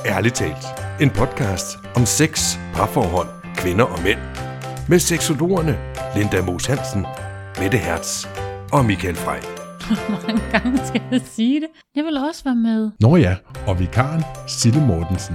Ærligt talt. En podcast om sex, parforhold, kvinder og mænd. Med seksologerne Linda Moos Hansen, Mette Hertz og Michael Frey. Hvor mange gange skal jeg sige det? Jeg vil også være med. Nå ja, og vikaren Sille Mortensen.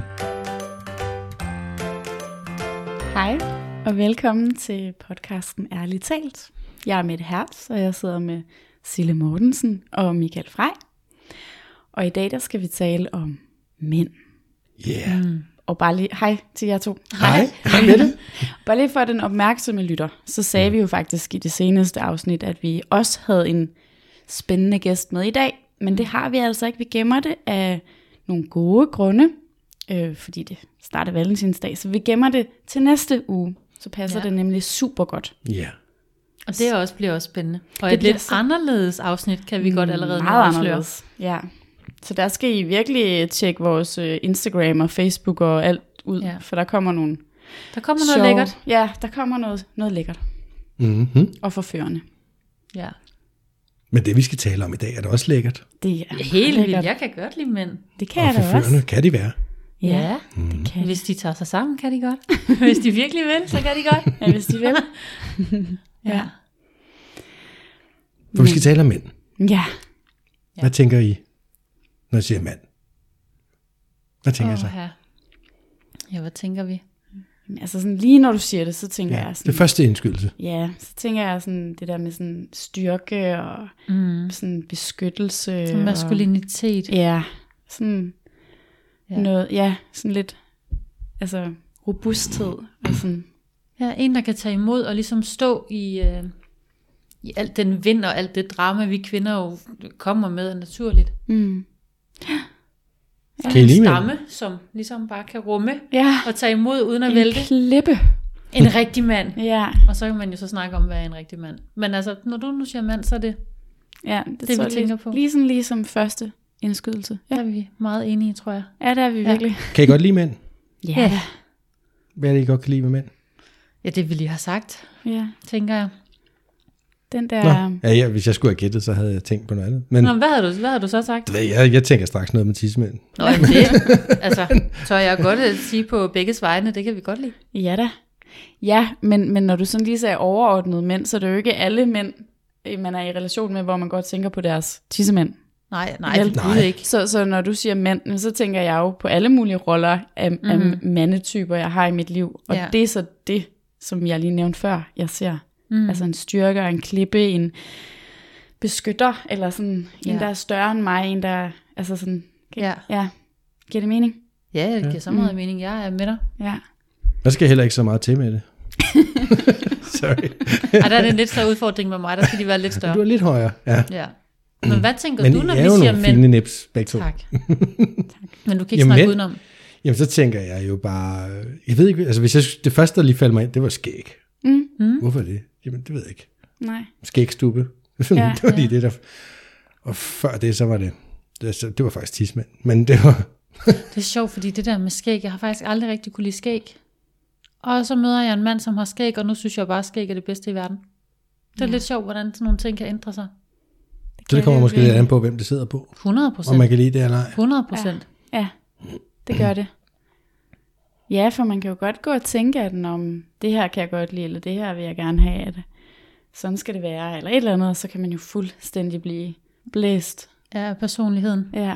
Hej, og velkommen til podcasten Ærligt talt. Jeg er Mette Hertz, og jeg sidder med Sille Mortensen og Michael Frey. Og i dag der skal vi tale om mænd. Yeah. Og bare lige, hej til jer to. Hej Mette. Bare lige for den opmærksomme lytter, så sagde vi jo faktisk i det seneste afsnit, at vi også havde en spændende gæst med i dag. Men det har vi altså ikke. Vi gemmer det af nogle gode grunde, fordi det starter valentinsdag. Så vi gemmer det til næste uge. Så passer det nemlig super godt. Ja. Yeah. Og det også bliver også spændende. Og det et lidt anderledes afsnit kan vi godt allerede meget afsløre. anderledes. Ja. Så der skal I virkelig tjekke vores Instagram og Facebook og alt ud, for der kommer nogle noget lækkert. Ja, der kommer noget lækkert. Mm-hmm. Og forførende. Ja. Men det vi skal tale om i dag, er det også lækkert? Det er helt vildt. Jeg kan godt lide mænd. Det kan og jeg da forførende også. Kan de være? Ja, det kan. Hvis de tager sig sammen, kan de godt. Hvis de virkelig vil, så kan de godt. Ja, hvis de vil. Ja. For vi skal tale om mænd. Ja. Hvad tænker I, når I siger mand? Hvad tænker I så? Ja, hvad tænker vi? Altså sådan, lige når du siger det, så tænker jeg sådan... Det første indskydelse. Ja, så tænker jeg sådan, det der med sådan styrke og sådan beskyttelse. Sådan maskulinitet. Ja, sådan noget, sådan lidt, altså robusthed og sådan. Ja, en der kan tage imod og ligesom stå i alt den vind og alt det drama, vi kvinder jo kommer med naturligt. Ja. Kan I lide en stamme, som ligesom bare kan rumme og tage imod uden at vælte. En klippe. En rigtig mand. Ja. Og så kan man jo så snakke om, hvad er en rigtig mand. Men altså, når du nu siger mand, så er det det vi tænker på. Ligesom første indskydelse. Ja. Der er vi meget enige, tror jeg. Ja, der er vi virkelig. Kan I godt lide mænd? Ja. Hvad er det, I godt kan lide med mænd? Ja, det vil I have sagt, tænker jeg. Den der... Ja, hvis jeg skulle have gættet, så havde jeg tænkt på noget andet. Men hvad havde du så sagt? Jeg tænker straks noget med tissemænd. Nå, jamen det, altså, tør jeg godt at sige på begges vegne, det kan vi godt lide. Ja da. Ja, men når du sådan lige sagde overordnet mænd, så er det jo ikke alle mænd, man er i relation med, hvor man godt tænker på deres tissemænd. Nej, det ikke. Så når du siger mænd, så tænker jeg jo på alle mulige roller af mandetyper, jeg har i mit liv. Og det er så det, som jeg lige nævnte før, jeg ser. Altså en styrke og en klippe, en beskytter, eller sådan en, der er større end mig, en der, altså sådan, giver det mening? Ja, det giver så meget mening, jeg er med dig. Ja. Der skal heller ikke så meget til med det. Sorry. Ej, der er det en lidt større udfordring med mig, der skal de være lidt større. Du er lidt højere, ja. Men hvad tænker du, når vi siger mænd? Men I er jo nogle fine nips, begge to. Tak. Men du kan ikke snakke udenom. Jamen, så tænker jeg jo bare, jeg ved ikke, altså det første, der lige faldt mig ind, det var skæg. Hvorfor det? Jamen, det ved jeg ikke. Nej. Skægstube. Det var lige det der. Og før det, så var det var faktisk tidsmænd. Men det var... Det er sjovt, fordi det der med skæg, jeg har faktisk aldrig rigtig kunne lide skæg. Og så møder jeg en mand, som har skæg, og nu synes jeg bare, at skæg er det bedste i verden. Det er lidt sjovt, hvordan sådan nogle ting kan ændre sig. Så det kommer måske lidt an på, hvem det sidder på. 100%. Om man kan lide det eller ej. 100%. Ja, det gør det. Ja, for man kan jo godt gå og tænke, at om det her kan jeg godt lide, eller det her vil jeg gerne have, at sådan skal det være, eller et eller andet, så kan man jo fuldstændig blive blæst. Ja, personligheden. Ja.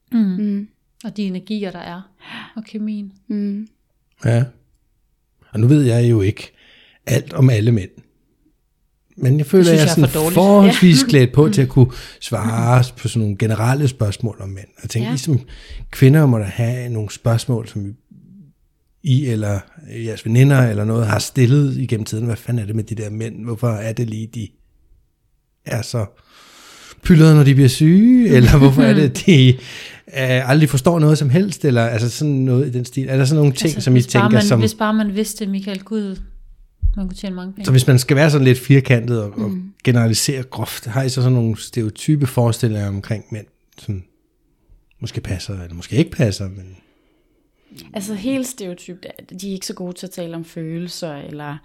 Og de energier, der er, og kemien. Ja. Og nu ved jeg jo ikke alt om alle mænd. Men jeg føler, at jeg er sådan forholdsvis klædt på til at kunne svare på sådan nogle generelle spørgsmål om mænd. Jeg tænker, ligesom kvinder må der have nogle spørgsmål, som I eller jeres veninder eller noget har stillet igennem tiden. Hvad fanden er det med de der mænd? Hvorfor er det lige, de er så pyldrede, når de bliver syge? Eller hvorfor er det, at de aldrig forstår noget som helst? Eller altså sådan noget i den stil. Er der sådan nogle ting, som I tænker som... Hvis bare man vidste, Michael, Gud, man kunne tjene mange penge. Så hvis man skal være sådan lidt firkantet og generalisere groft, har I så sådan nogle stereotype forestillinger omkring mænd, som måske passer, eller måske ikke passer, men... Altså helt stereotypt, de er ikke så gode til at tale om følelser, eller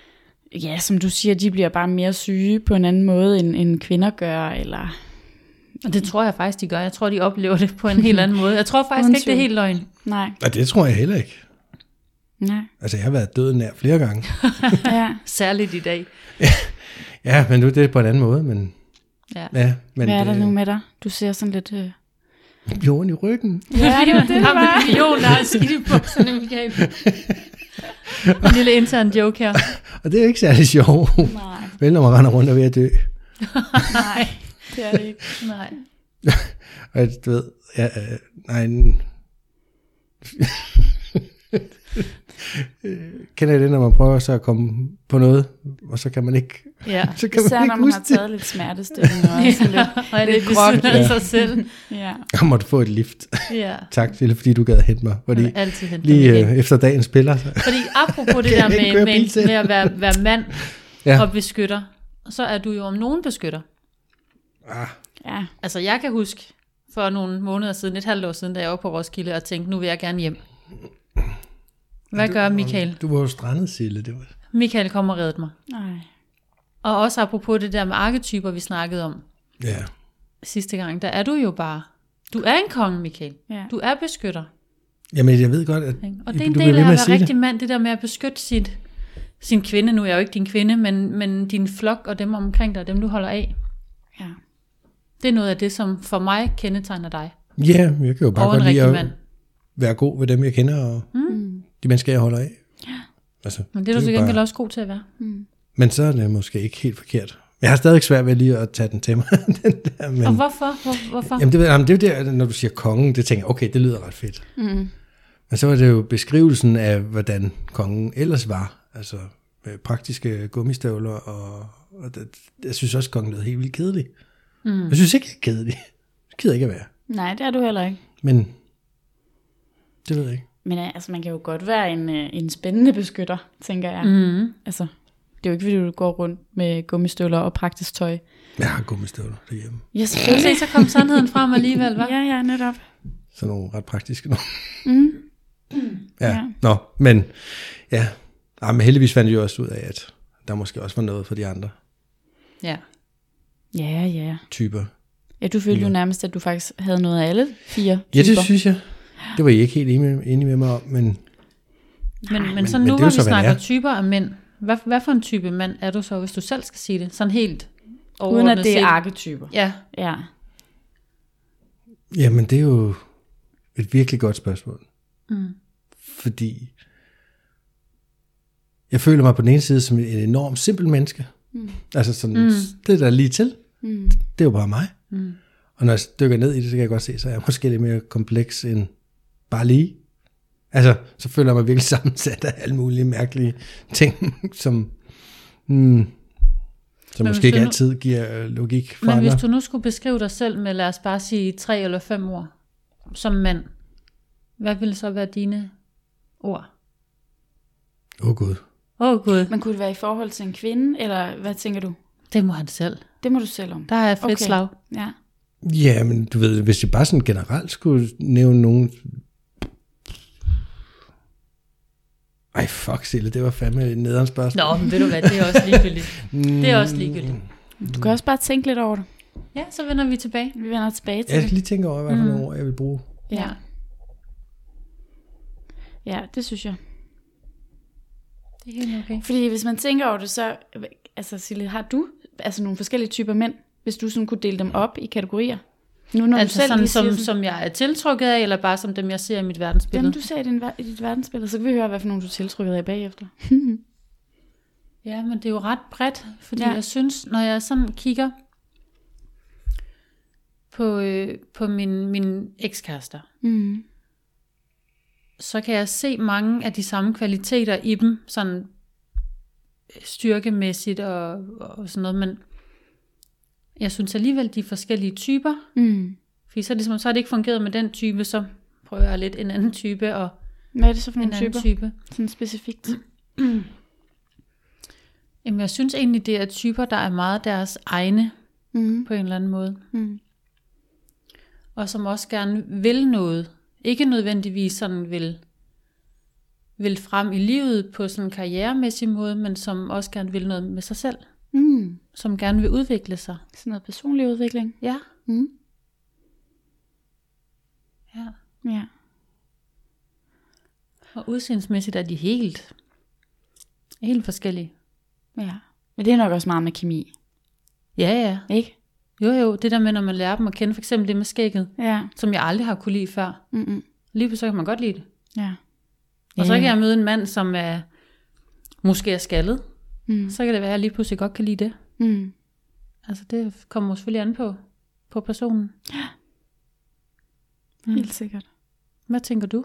ja, som du siger, de bliver bare mere syge på en anden måde, end kvinder gør, eller Og det tror jeg faktisk, de gør. Jeg tror, de oplever det på en helt anden måde. Jeg tror faktisk ikke, det er helt løgn. Nej. Og det tror jeg heller ikke. Nej. Altså, jeg har været døden nær flere gange. Ja. Særligt i dag. Ja, men nu er det på en anden måde. Men, Ja. Men, hvad er der nu med dig? Du ser sådan lidt... jorden i ryggen. Ja, det var det, der var. Million, der er skidt i bukserne, Michael. En lille intern joke her. Og det er jo ikke særlig sjovt. Nej. Vel, når man render rundt og ved at dø. Nej, det er det ikke. Nej. Og du ved, kender I det, når man prøver så at komme på noget, og så kan man ikke, Ja. så kan Især man når ikke man har huske det. taget lidt smertestilling og sådan lidt. Og er lidt lidt groggy. besidder sig selv. Ja. Jeg måtte få et lift. Ja. Tak, Sille, fordi du gad at hente mig. Fordi Man altid hente lige dem igen. efter dagen spiller. Så. Fordi apropos det Kan der jeg ikke køre bil til? med at være mand Ja. og beskytter, så er du jo om nogen beskytter. Ja. Altså jeg kan huske for nogle måneder siden, et halvt år siden, da jeg var på Roskilde og tænkte, nu vil jeg gerne hjem. Hvad gør Michael? Du var jo strandet, Sille. Det var... Michael kom og reddede mig. Nej. Og også apropos det der med arketyper, vi snakkede om Ja. sidste gang, der er du jo bare. Du er en konge, Michael. Ja. Du er beskytter. Jamen, jeg ved godt, at Og det er du en bliver del ved af med at sige være det. rigtig mand, det der med at beskytte sin kvinde. Nu er jeg jo ikke din kvinde, men din flok og dem omkring dig, dem du holder af. Ja. Det er noget af det, som for mig kendetegner dig. Ja, jeg kan jo bare Og en godt lide rigtig at mand. være god ved dem, jeg kender, og de mennesker, jeg holder af. Altså, Men det er du jo til gengæld bare- også god til at være. Men så er det måske ikke helt forkert. Jeg har stadig svært ved lige at tage den til mig. Den der, men... Og hvorfor? Jamen, det er jo der, når du siger kongen, det tænker jeg, okay, det lyder ret fedt. Men så var det jo beskrivelsen af, hvordan kongen ellers var. Altså med praktiske gummistøvler, og jeg synes også, kongen lød helt vildt kedelig. Jeg synes ikke, jeg er kedelig. Det gider ikke at være. Nej, det er du heller ikke. Men det ved jeg ikke. Men altså, man kan jo godt være en spændende beskytter, tænker jeg. Altså, det er jo ikke, fordi du går rundt med gummistøvler og praktisk tøj. Jeg har gummistøvler derhjemme. Ja, Se, så kom sandheden frem alligevel, hva'? Ja, netop. Sådan nogle ret praktiske nogle. Ja, nå, men ja. Men heldigvis fandt jeg jo også ud af, at der måske også var noget for de andre Ja. Ja. typer. Ja, du følte jo nærmest, at du faktisk havde noget af alle 4 typer. Ja, det synes jeg. Det var I ikke helt enige med mig om, men Men så men nu, det er hvor jo vi så, hvad det snakker er. typer af mænd, hvad for en type mand er du så, hvis du selv skal sige det? Sådan helt Uden overordnet at det er set. arketyper. Ja, Ja. jamen det er jo et virkelig godt spørgsmål. Fordi jeg føler mig på den ene side som en enormt simpel menneske. Altså sådan, det er der lige til. Det er jo bare mig. Og når jeg dykker ned i det, så kan jeg godt se, så er jeg måske lidt mere kompleks end bare lige. Altså, så føler jeg mig virkelig sammensat af alle mulige mærkelige ting, som måske ikke altid giver logik for men andre. hvis du nu skulle beskrive dig selv med, lad os bare sige 3 eller 5 ord, som mand, hvad ville så være dine ord? Gud. Gud, Men kunne det være i forhold til en kvinde, eller hvad tænker du? det må han selv. Det må du selv om. Der er et frit slag. Ja. Ja, men du ved, hvis jeg bare sådan generelt skulle nævne nogen... Ej, fuck, Sille, det var fandme et nederen spørgsmål. Nå, men ved du hvad, det er også ligegyldigt. Det er også ligegyldigt. Du kan også bare tænke lidt over det. Ja, så vender vi tilbage. Vi vender tilbage til Jeg det. skal lige tænke over, hvad for nogle ord jeg vil bruge. Ja. Ja, det synes jeg. Det er helt okay. Fordi hvis man tænker over det, så... Altså, Sille, har du altså nogle forskellige typer mænd, hvis du sådan kunne dele dem op i kategorier? Nu, når Altså du selv sådan, lige siger som jeg er tiltrukket af, eller bare som dem, jeg ser i mit verdensbillede? dem, du ser i dit verdensbillede, så kan vi høre, hvad for nogle du er tiltrukket af bagefter. Ja, men det er jo ret bredt, fordi Ja. jeg synes, når jeg sådan kigger på mine ekskærester, så kan jeg se mange af de samme kvaliteter i dem, sådan styrkemæssigt og sådan noget, men jeg synes alligevel, de er forskellige typer, fordi så er det ikke fungeret med den type, så prøver jeg lidt en anden type og Hvad er det så for en nogle anden typer? type. Sådan specifikt. Jamen, jeg synes egentlig, det er typer, der er meget deres egne, på en eller anden måde. Og som også gerne vil noget. Ikke nødvendigvis sådan vil frem i livet på sådan en karrieremæssig måde, men som også gerne vil noget med sig selv. Som gerne vil udvikle sig. Sådan noget personlig udvikling. Ja. Ja. Ja. Og udseendsmæssigt er de helt forskellige. Ja. Men det er nok også meget med kemi. Ja. Ikke? Jo, det der med, når man lærer dem at kende, for eksempel det med skægget, Ja. som jeg aldrig har kunne lide før. Lige pludselig kan man godt lide det. Ja. Og så kan jeg møde en mand, som er måske er skaldet. Så kan det være, at jeg lige pludselig godt kan lide det. Altså det kommer selvfølgelig an på personen. Helt sikkert. Hvad tænker du?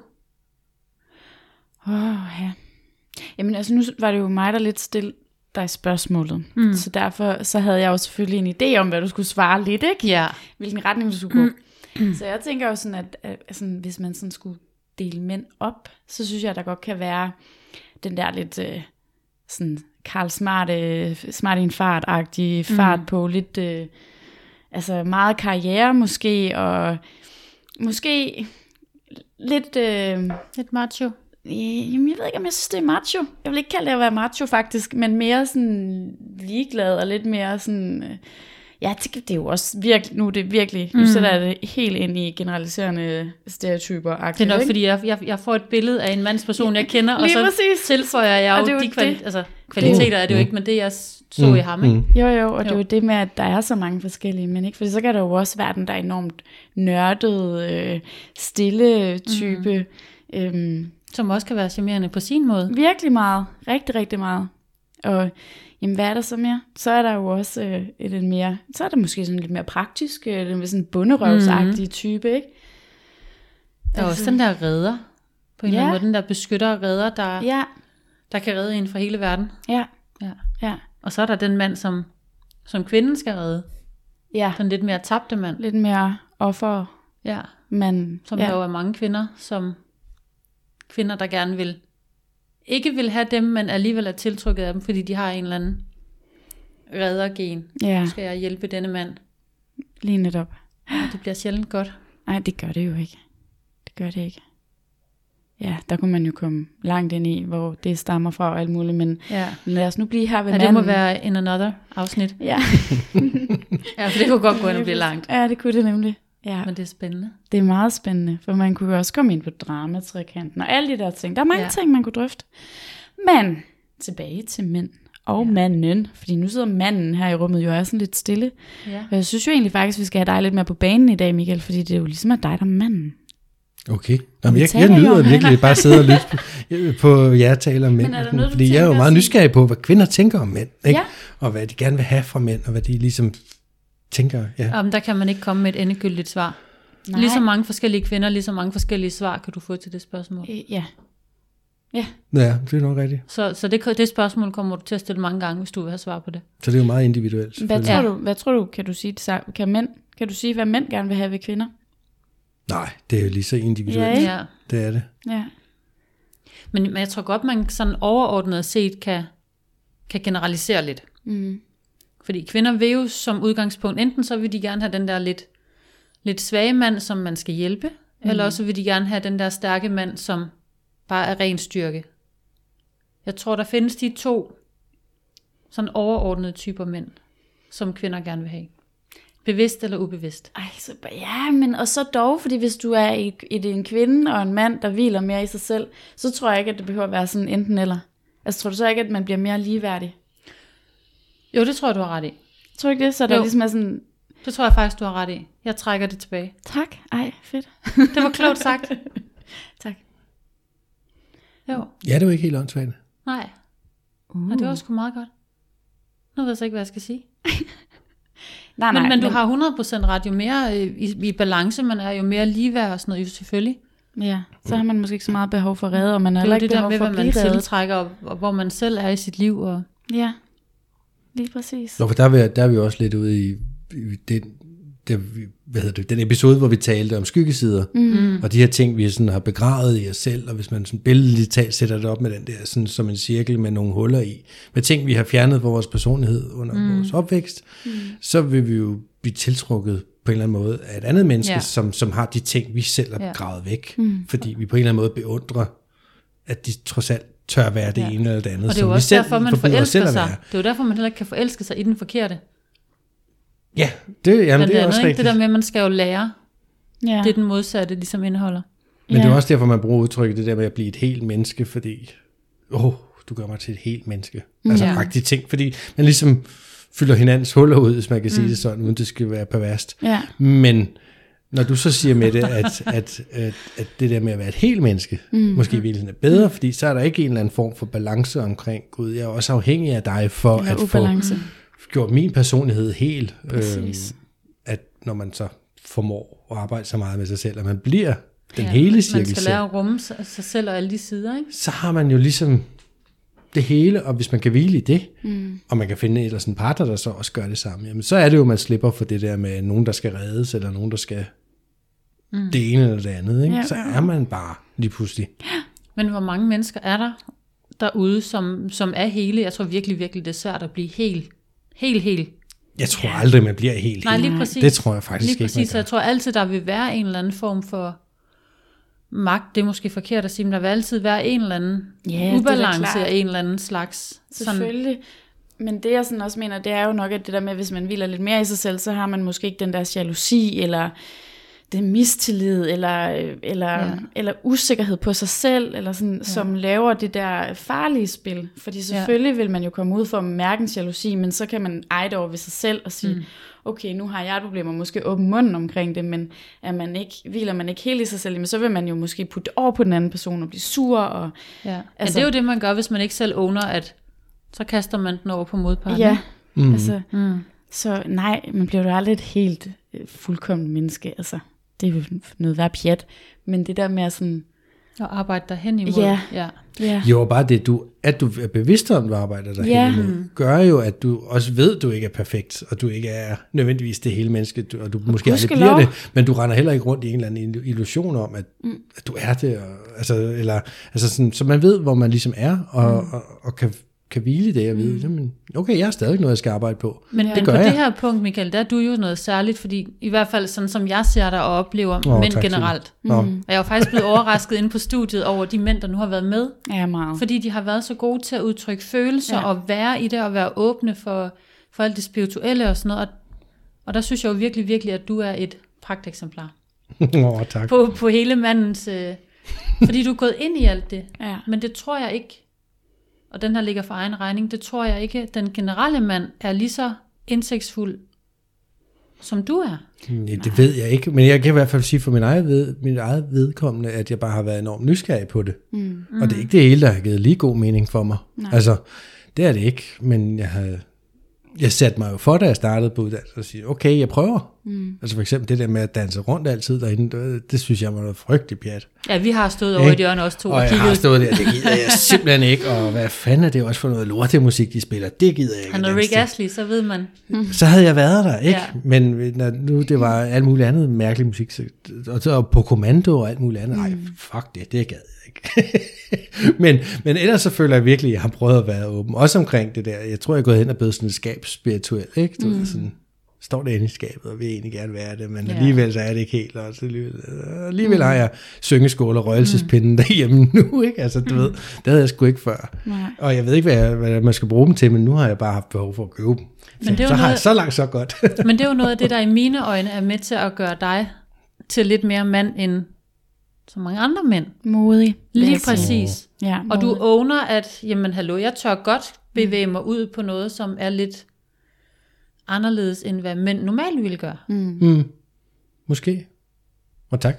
Ja. Jamen altså nu var det jo mig, der lidt stillede dig spørgsmålet. Så derfor så havde jeg jo selvfølgelig en idé om, hvad du skulle svare lidt, ikke? Ja. Hvilken retning du skulle gå. Så jeg tænker jo sådan, at sådan, hvis man sådan skulle dele mænd op, så synes jeg, der godt kan være den der lidt sådan Karl smart i en fart-agtige fart på lidt, altså meget karriere måske, og måske lidt... Lidt macho. Jamen, jeg ved ikke, om jeg synes, det er macho. Jeg vil ikke kalde det at være macho, faktisk, men mere sådan ligeglad, og lidt mere sådan... Ja, det er jo også virkelig... Nu sætter jeg det helt ind i generaliserende stereotyper. Det er nok, ikke? Fordi jeg får et billede af en mandsperson, jeg kender, og så præcis. Tilføjer jeg jo de kvaliteter, er det jo ikke, men det jeg så i ham, ikke? Jo, og det er jo det med, at der er så mange forskellige, men ikke? Fordi så kan der jo også være den der enormt nørdede, stille type... Som også kan være charmerende på sin måde. Virkelig meget. Rigtig, rigtig meget. Og jamen, hvad er der så mere? Så er der jo også lidt mere... Så er der måske sådan lidt mere praktisk, lidt sådan bunderøvsagtig type, ikke? Der er også den der redder, på en eller anden måde. Den der beskytter og redder, der kan redde en fra hele verden. Ja. Og så er der den mand, som kvinden skal redde. Ja. Den lidt mere tabte mand. Lidt mere offer. Ja. Men, som der jo er mange kvinder, kvinder, der gerne ikke vil have dem, men alligevel er tiltrykket af dem, fordi de har en eller anden reddergen. Ja. Nu skal jeg hjælpe denne mand. Lige netop. Ja, det bliver sjældent godt. Nej, det gør det jo ikke. Det gør det ikke. Ja, der kunne man jo komme langt ind i, hvor det stammer fra og alt muligt, men lad os nu blive her ved manden. Det må være in another afsnit. Ja. Ja, for det kunne godt gå ind og blive langt. Ja, det kunne det nemlig. Ja. Men det er spændende. Det er meget spændende, for man kunne også komme ind på dramatrikanten og alle de der ting. Der er mange ting, man kunne drøfte. Men tilbage til mænd og manden, fordi nu sidder manden her i rummet jo er sådan lidt stille. Ja. Og jeg synes jo egentlig faktisk, vi skal have dig lidt mere på banen i dag, Michael, fordi det er jo ligesom at dig, der er manden. Okay. Nå, jeg nyder virkelig bare at sidde og lytte på jer taler om mænd, fordi jeg er jo meget nysgerrig på, hvad kvinder tænker om mænd, ikke? Ja. Og hvad de gerne vil have fra mænd, og hvad de ligesom tænker. Ja. Der kan man ikke komme med et endegyldigt svar. Nej. Lige så mange forskellige kvinder, lige så mange forskellige svar kan du få til det spørgsmål. Ja, det er nok rigtigt. Så det spørgsmål kommer du til at stille mange gange, hvis du vil have svar på det. Så det er jo meget individuelt. Hvad tror du, kan du sige, kan du sige, hvad mænd gerne vil have ved kvinder? Nej, det er jo lige så individuelt. Ja. Det er det. Ja. Men jeg tror godt, man sådan overordnet set kan generalisere lidt. Fordi kvinder vil jo som udgangspunkt, enten så vil de gerne have den der lidt svage mand, som man skal hjælpe, eller også vil de gerne have den der stærke mand, som bare er ren styrke. Jeg tror, der findes de to sådan overordnede typer mænd, som kvinder gerne vil have. Bevidst eller ubevidst? Men og så dog, fordi hvis du er en kvinde og en mand, der hviler mere i sig selv, så tror jeg ikke, at det behøver at være sådan enten eller. Altså tror du så ikke, at man bliver mere ligeværdig? Jo, det tror jeg, du har ret i. Tror du ikke det? Så der ligesom er sådan... Det tror jeg faktisk, du har ret i. Jeg trækker det tilbage. Tak. Fedt. Det var klogt sagt. Tak. Jo. Ja, det var ikke helt åndssvagt. Nej. Og det var sgu meget godt. Nu ved jeg så ikke, hvad jeg skal sige. Men du har 100% ret. Jo mere i balance man er, jo mere ligeværd og sådan noget, jo selvfølgelig. Ja, så har man måske ikke så meget behov for at redde, og man har heller ikke behov for at blive reddet. Det er det der med, hvad man tiltrækker, og hvor man selv er i sit liv. Og... Ja, lige præcis. Nå, for der er vi også lidt ude i den episode, hvor vi talte om skyggesider, og de her ting, vi sådan har begravet i os selv, og hvis man sådan billedligt talt sætter det op med den der, sådan som en cirkel med nogle huller i, med ting, vi har fjernet fra vores personlighed under vores opvækst, så vil vi jo blive tiltrukket på en eller anden måde af et andet menneske, som har de ting, vi selv har begravet væk, fordi vi på en eller anden måde beundrer, at de trods alt tør være det ene eller det andet. Og det er jo også derfor, man forelsker sig. Det er jo derfor, man heller ikke kan forelske sig i den forkerte. Ja, det er også rigtigt. Det der med, at man skal jo lære det er den modsatte ligesom indeholder. Men det er også derfor, man bruger udtrykket det der med at blive et helt menneske, fordi, du gør mig til et helt menneske. Altså agtige ting, fordi man ligesom fylder hinandens huller ud, hvis man kan sige det sådan, uden det skal være perverst. Ja. Men når du så siger med det, at det der med at være et helt menneske, måske virkelig er bedre, fordi så er der ikke en eller anden form for balance omkring, Gud, jeg er også afhængig af dig for at få gjort min personlighed helt. At når man så formår at arbejde så meget med sig selv, at man bliver den hele cirkel. Man skal lære at rumme sig selv og alle de sider, ikke? Så har man jo ligesom det hele, og hvis man kan hvile i det, og man kan finde ellers en partner, der så også gør det samme, jamen, så er det jo, man slipper for det der med nogen, der skal reddes, eller nogen, der skal det ene eller det andet. Ikke? Så er man bare lige pludselig. Men hvor mange mennesker er der derude, som er hele? Jeg tror virkelig, virkelig, det er svært at blive helt. Jeg tror aldrig, man bliver helt. Nej, lige præcis. Det tror jeg faktisk lige præcis, ikke, så jeg tror altid, der vil være en eller anden form for magt. Det er måske forkert at sige, men der vil altid være en eller anden ubalance af en eller anden slags. Selvfølgelig. Men det jeg sådan også mener, det er jo nok, at det der med, hvis man hviler lidt mere i sig selv, så har man måske ikke den der jalousi, eller den mistillid, eller usikkerhed på sig selv, eller sådan, som laver det der farlige spil. Fordi selvfølgelig vil man jo komme ud for at mærke en jalousi, men så kan man eje det over ved sig selv og sige, okay, nu har jeg et problem, og måske åbne munden omkring det, men hviler man ikke helt i sig selv, men så vil man jo måske putte over på den anden person og blive sur. Og, det er jo det, man gør, hvis man ikke selv owner, at så kaster man den over på modparten. Ja, så nej, man bliver jo aldrig et helt fuldkommen menneske, altså. Det er jo noget værd pjat, men det der med sådan at arbejde derhen imod. Ja. Jo, bare det, at du er bevidst om, at du arbejder derhen imod, gør jo, at du også ved, at du ikke er perfekt, og du ikke er nødvendigvis det hele menneske, og du måske aldrig bliver det, men du render heller ikke rundt i en eller anden illusion om, at du er det, og, sådan, så man ved, hvor man ligesom er, og kan hvile i det, og vide, jamen, okay, jeg har stadig noget, jeg skal arbejde på. Men det gør på det her punkt, Michael, der er du jo noget særligt, fordi i hvert fald sådan, som jeg ser dig og oplever mænd generelt. Og jeg er jo faktisk blevet overrasket inde på studiet over de mænd, der nu har været med. Ja, meget. Fordi de har været så gode til at udtrykke følelser, og være i det, og være åbne for alt det spirituelle og sådan noget. Og der synes jeg jo virkelig, virkelig, at du er et pragteksemplar. Tak. På hele mandens... fordi du er gået ind i alt det. Ja. Men det tror jeg ikke, og den her ligger for egen regning, det tror jeg ikke, den generelle mand er lige så indsigtsfuld, som du er. Nej, det ved jeg ikke, men jeg kan i hvert fald sige for min eget vedkommende, at jeg bare har været enormt nysgerrig på det. Og det er ikke det hele, der har givet lige god mening for mig. Nej. Altså, det er det ikke, men jeg satte mig jo for, da jeg startede på uddannelsen, og sige, okay, jeg prøver. Altså for eksempel det der med at danse rundt altid derinde, det synes jeg var noget frygteligt pjat. Ja, vi har stået over i hjørnet også to og jeg har stået der, det gider jeg simpelthen ikke, og hvad fanden er det også for noget lortemusik, de spiller, det gider jeg ikke. Han er Rick Astley, så ved man. Så havde jeg været der, ikke? Ja. Men når nu det var alt muligt andet mærkelig musik, og på kommando og alt muligt andet, nej, fuck det gad jeg ikke. men ellers så føler jeg virkelig, at jeg har prøvet at være åben, også omkring det der, jeg tror jeg er gået hen og blevet sådan et skabsspirituel, ikke? Du ved, sådan, står der inde i skabet, og vil egentlig gerne være det, men alligevel så er det ikke helt, og alligevel har jeg syngeskål og røgelsespinden derhjemme nu, ikke? Altså, du ved, det havde jeg sgu ikke før. Nej. Og jeg ved ikke, hvad man skal bruge dem til, men nu har jeg bare haft behov for at købe dem. Men det så har jeg så langt, så godt. Men det er jo noget af det, der i mine øjne er med til at gøre dig til lidt mere mand end så mange andre mænd. Modig. Lige præcis. Ja, og du owner, at jamen hallo, jeg tør godt bevæge mig ud på noget, som er lidt anderledes, end hvad mænd normalt ville gøre. Måske. Og tak.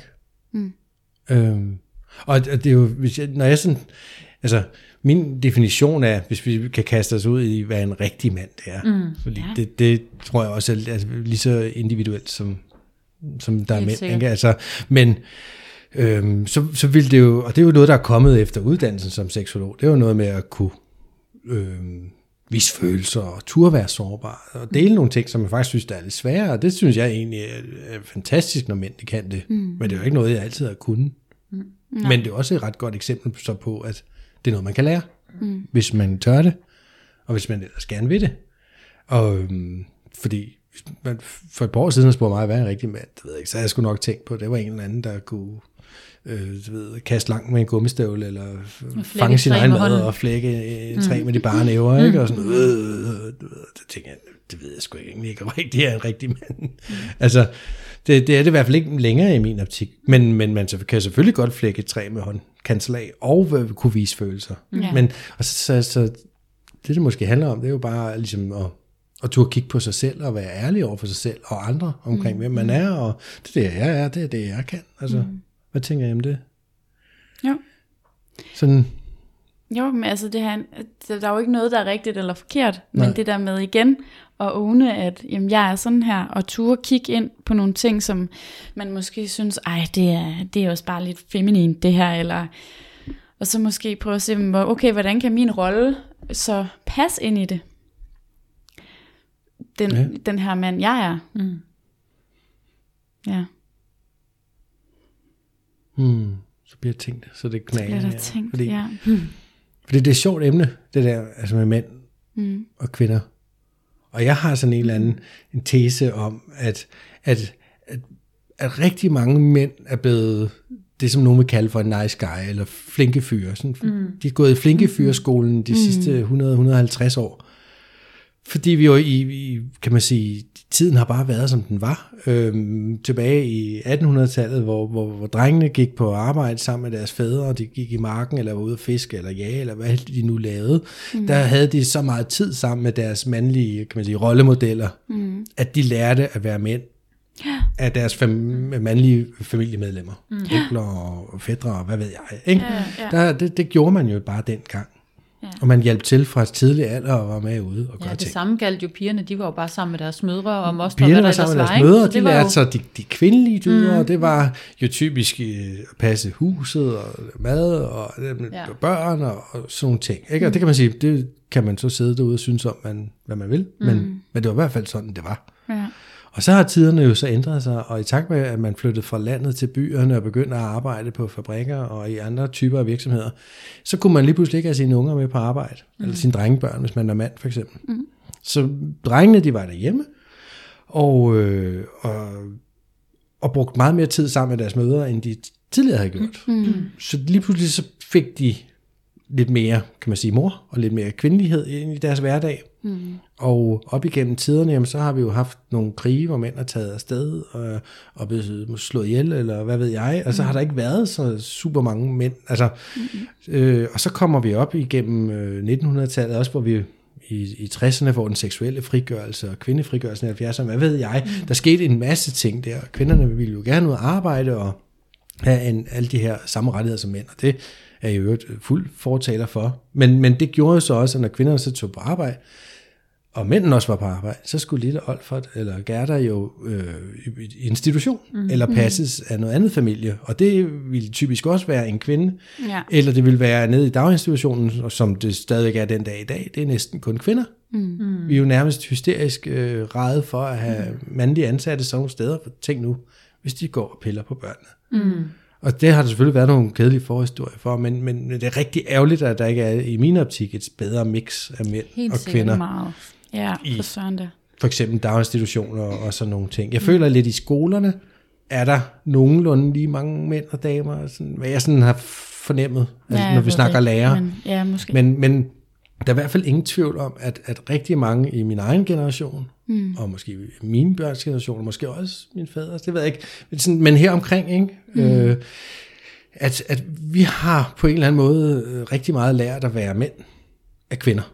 Og det er jo, når jeg sådan, altså min definition er, hvis vi kan kaste os ud i, hvad en rigtig mand det er. Fordi det tror jeg også er lige så individuelt, som der er mænd. Ikke? Altså, men så vil det jo, og det er jo noget, der er kommet efter uddannelsen som seksolog, det er jo noget med at kunne vise følelser og turde være sårbar og dele nogle ting, som jeg faktisk synes, der er lidt svære, og det synes jeg egentlig er fantastisk, når mænd kan det. Men det er jo ikke noget, jeg altid har kunnet. Men det er også et ret godt eksempel så på, at det er noget, man kan lære, hvis man tør det, og hvis man ellers gerne vil det. Og fordi for et par år siden spurgte mig, hvad er en rigtig mand? Det ved jeg ikke, så jeg skulle nok tænke på, at det var en eller anden, der kunne kaste langt med en gummistøvle, eller fange sin egen mad og flække et træ med de bare næver, ikke? Og sådan så tænker jeg, det ved jeg sgu ikke rigtig er en rigtig mand. Altså, det er det i hvert fald ikke længere i min optik, men man kan selvfølgelig godt flække et træ med håndkancelag og kunne vise følelser. Men og så det måske handler om, det er jo bare ligesom at turde kigge på sig selv og være ærlig over for sig selv og andre omkring, hvem man er, og det er det, jeg er, det er det, jeg kan. Altså, hvad tænker I om det? Jo. Sådan. Jo, men altså der er jo ikke noget, der er rigtigt eller forkert, men det der med igen at åbne, at jamen, jeg er sådan her, og turde kigge ind på nogle ting, som man måske synes, det er også bare lidt feminint det her, eller, og så måske prøve at se, okay, hvordan kan min rolle så passe ind i det? Den her mand, jeg er. Ja. Så bliver jeg tænkt, så det knager. Det er tænkt, fordi det er et sjovt emne, det der, altså med mænd og kvinder. Og jeg har sådan en eller anden en tese om, at rigtig mange mænd er blevet det, som nogen vil kalde for en nice guy, eller flinke fyre. De er gået i flinke fyreskolen de sidste 100-150 år. Fordi vi jo kan man sige, tiden har bare været, som den var. Tilbage i 1800-tallet, hvor drengene gik på arbejde sammen med deres fædre, og de gik i marken, eller var ude at fiske, eller jage, eller hvad de nu lavede. Der havde de så meget tid sammen med deres mandlige, kan man sige, rollemodeller, at de lærte at være mænd af deres mandlige familiemedlemmer. Onkler og fædre, og hvad ved jeg. Ikke? Det gjorde man jo bare dengang. Ja. Og man hjalp til fra tidlig alder og var med ude og gøre ting. Det samme galt jo pigerne, de var jo bare sammen med deres mødre og moster. Pigerne var sammen med deres mødre, og de lærte så de kvindelige dyder, og det var jo typisk at passe huset og mad og børn og sådan nogle ting. Ikke? Og det kan man sige, det kan man så sidde derude og synes om, hvad man vil, men det var i hvert fald sådan, det var. Ja. Og så har tiderne jo så ændret sig, og i takt med, at man flyttede fra landet til byerne og begyndte at arbejde på fabrikker og i andre typer af virksomheder, så kunne man lige pludselig ikke have sine unger med på arbejde, eller sine drengebørn, hvis man er mand for eksempel. Så drengene, de var derhjemme, og brugte meget mere tid sammen med deres mødre, end de tidligere havde gjort. Så lige pludselig så fik de lidt mere, kan man sige, mor, og lidt mere kvindelighed ind i deres hverdag. Og op igennem tiderne, jamen, så har vi jo haft nogle krige, hvor mænd er taget afsted og blevet slået ihjel, eller hvad ved jeg, og så har der ikke været så super mange mænd. Altså, og så kommer vi op igennem 1900-tallet, også hvor vi i 60'erne får den seksuelle frigørelse og kvindefrigørelsen i 70'erne, hvad ved jeg. Der skete en masse ting der. Kvinderne ville jo gerne ud og arbejde og have alle de her samme rettigheder som mænd, og det er jo et fuld fortaler for. Men det gjorde så også, at når kvinderne så tog på arbejde, og mændene også var på arbejde, så skulle lille Olfert eller Gerda jo i institution, eller passes af noget andet familie. Og det ville typisk også være en kvinde, eller det ville være nede i daginstitutionen, som det stadig er den dag i dag. Det er næsten kun kvinder. Vi er jo nærmest hysterisk rede for at have mandlige ansatte sådan nogle steder. Tænk nu, hvis de går og piller på børnene. Og det har der selvfølgelig været nogle kedelige forhistorier for, men det er rigtig ærgerligt, at der ikke er i min optik et bedre mix af mænd helt og kvinder. Meget. Ja, for søren det. For eksempel daginstitutioner og sådan nogle ting. Jeg føler lidt i skolerne, er der nogenlunde lige mange mænd og damer, sådan, hvad jeg sådan har fornemmet, altså, når vi snakker lærer. Men der er i hvert fald ingen tvivl om, at rigtig mange i min egen generation, og måske mine børns generation, og måske også min faders, det ved jeg ikke, men her omkring, ikke? At vi har på en eller anden måde rigtig meget lært at være mænd af kvinder.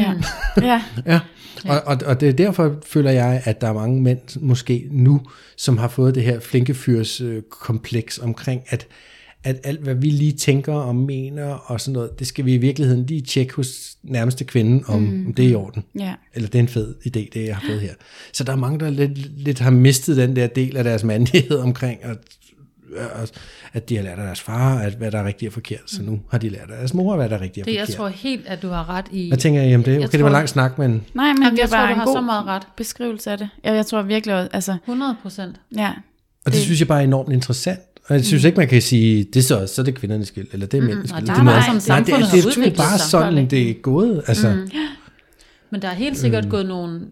Ja. Og det er derfor, føler jeg, at der er mange mænd måske nu, som har fået det her flinkefyrs kompleks omkring, at alt, hvad vi lige tænker og mener og sådan noget, det skal vi i virkeligheden lige tjekke hos nærmeste kvinde, om det er i orden. Eller det er en fed idé, det jeg har fået her. Så der er mange, der lidt har mistet den der del af deres mandlighed omkring, at de har lært af deres far, hvad der er rigtigt og forkert. Så nu har de lært af deres mor, hvad der er rigtigt og forkert. Jeg tror helt, at du har ret i... Hvad tænker I om det? Okay, det var lang snak, men... Nej, men det var en god så meget ret beskrivelse af det. Jeg tror virkelig også... Altså, 100%. Ja. Og det synes jeg bare er enormt interessant. Og jeg synes ikke, man kan sige, det er så er det kvindernes skyld, eller det er mændenes skyld. Nej, det er bare sådan, det er gået. Altså. Men der er helt sikkert gået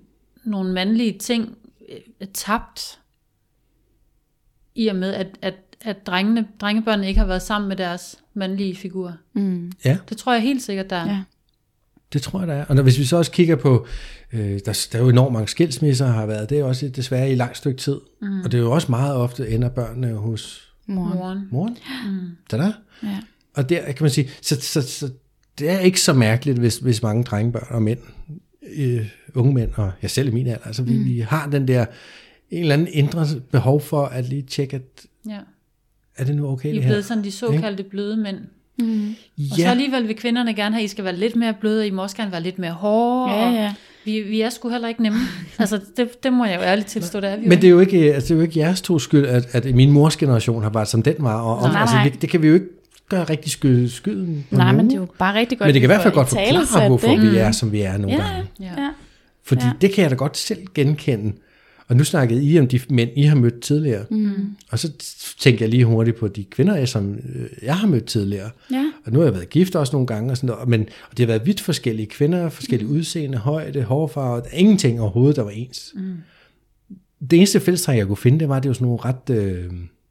nogle mandlige ting tabt, i og med, at drengebørnene ikke har været sammen med deres mandlige figurer. Ja. Det tror jeg helt sikkert, der er. Ja. Det tror jeg, der er. Og hvis vi så også kigger på, der er jo enormt mange skilsmisser har været, det er også desværre i langt stykke tid. Og det er jo også meget ofte ender børnene hos moren. Der. Ja. Og der kan man sige, så det er ikke så mærkeligt, hvis mange drengebørn og mænd, unge mænd, og jeg selv i min alder, altså vi har den der, en eller anden indre behov for at lige tjekke, at er det nu okay, I er blevet sådan de såkaldte bløde mænd. Og så alligevel vil kvinderne gerne have, at I skal være lidt mere bløde, I må også gerne være lidt mere hårde. Ja. Vi er sgu heller ikke nemme. Altså, det må jeg jo ærligt tilstå, det er vi jo. Men det er jo ikke jeres to skyld, at min mors generation har været som den var. Og altså, det kan vi jo ikke gøre rigtig skylden på nogen. Men det er jo bare rigtig godt. Men det kan i hvert fald godt forklare, hvorfor vi er, som vi er nogle gange. Ja. Fordi det kan jeg da godt selv genkende. Og nu snakkede I om de mænd, I har mødt tidligere. Og så tænker jeg lige hurtigt på de kvinder, som jeg har mødt tidligere. Ja. Og nu har jeg været gift også nogle gange. Og sådan noget, og det har været vidt forskellige kvinder, forskellige udseende, højde, hårfarve. Ingenting overhovedet, der var ens. Det eneste fællestræk, jeg kunne finde, det var sådan nogle ret...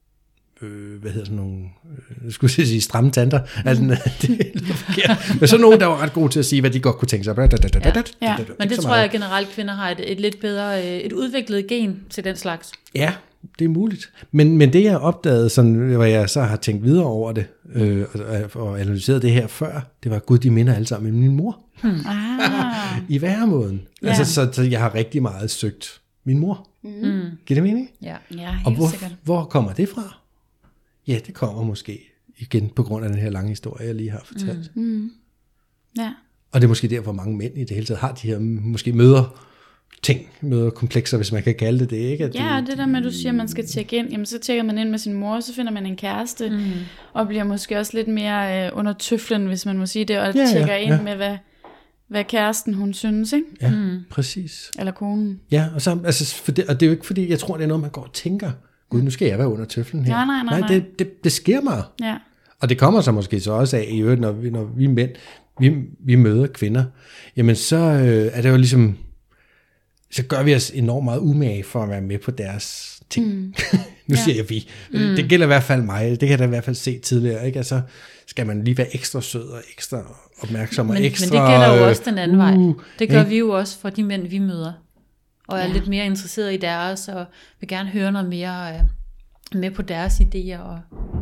skulle jeg sige stramme tanter. Altså, men så nogen, der var ret gode til at sige, hvad de godt kunne tænke sig. Men det tror jeg generelt, kvinder har et lidt bedre, et udviklet gen til den slags. Ja, det er muligt. Men det jeg opdagede, sådan, hvor jeg så har tænkt videre over det, og analyseret det her før, det var, gud, de minder alle sammen med min mor. I væremåden. Ja. Altså, så jeg har rigtig meget søgt min mor. Giver det mening? Ja, og hvor kommer det fra? Ja, det kommer måske igen på grund af den her lange historie, jeg lige har fortalt. Ja. Og det er måske derfor, mange mænd i det hele taget har de her måske møderkomplekser, hvis man kan kalde det ikke? At det der med, at du siger, at man skal tjekke ind. Jamen, så tjekker man ind med sin mor, så finder man en kæreste, og bliver måske også lidt mere under tøflen, hvis man må sige det, og tjekker ind med, hvad kæresten hun synes, ikke? Ja, præcis. Eller konen. Ja, og det er jo ikke fordi, jeg tror, det er noget, man går og tænker, gud, nu skal jeg være under tøflen her. Nej. Det sker mig. Ja. Og det kommer så måske så også af, i øvrigt, når vi mænd, vi møder kvinder, jamen så er det jo ligesom, så gør vi os enormt meget umage for at være med på deres ting. Nu siger jeg vi. Det gælder i hvert fald mig. Det kan jeg da i hvert fald se tidligere. Ikke? Altså, skal man lige være ekstra sød og ekstra opmærksom og ekstra... Men det gælder jo også den anden vej. Det gør vi jo også for de mænd, vi møder. Og er lidt mere interesseret i deres, og vil gerne høre noget mere med på deres idéer. Og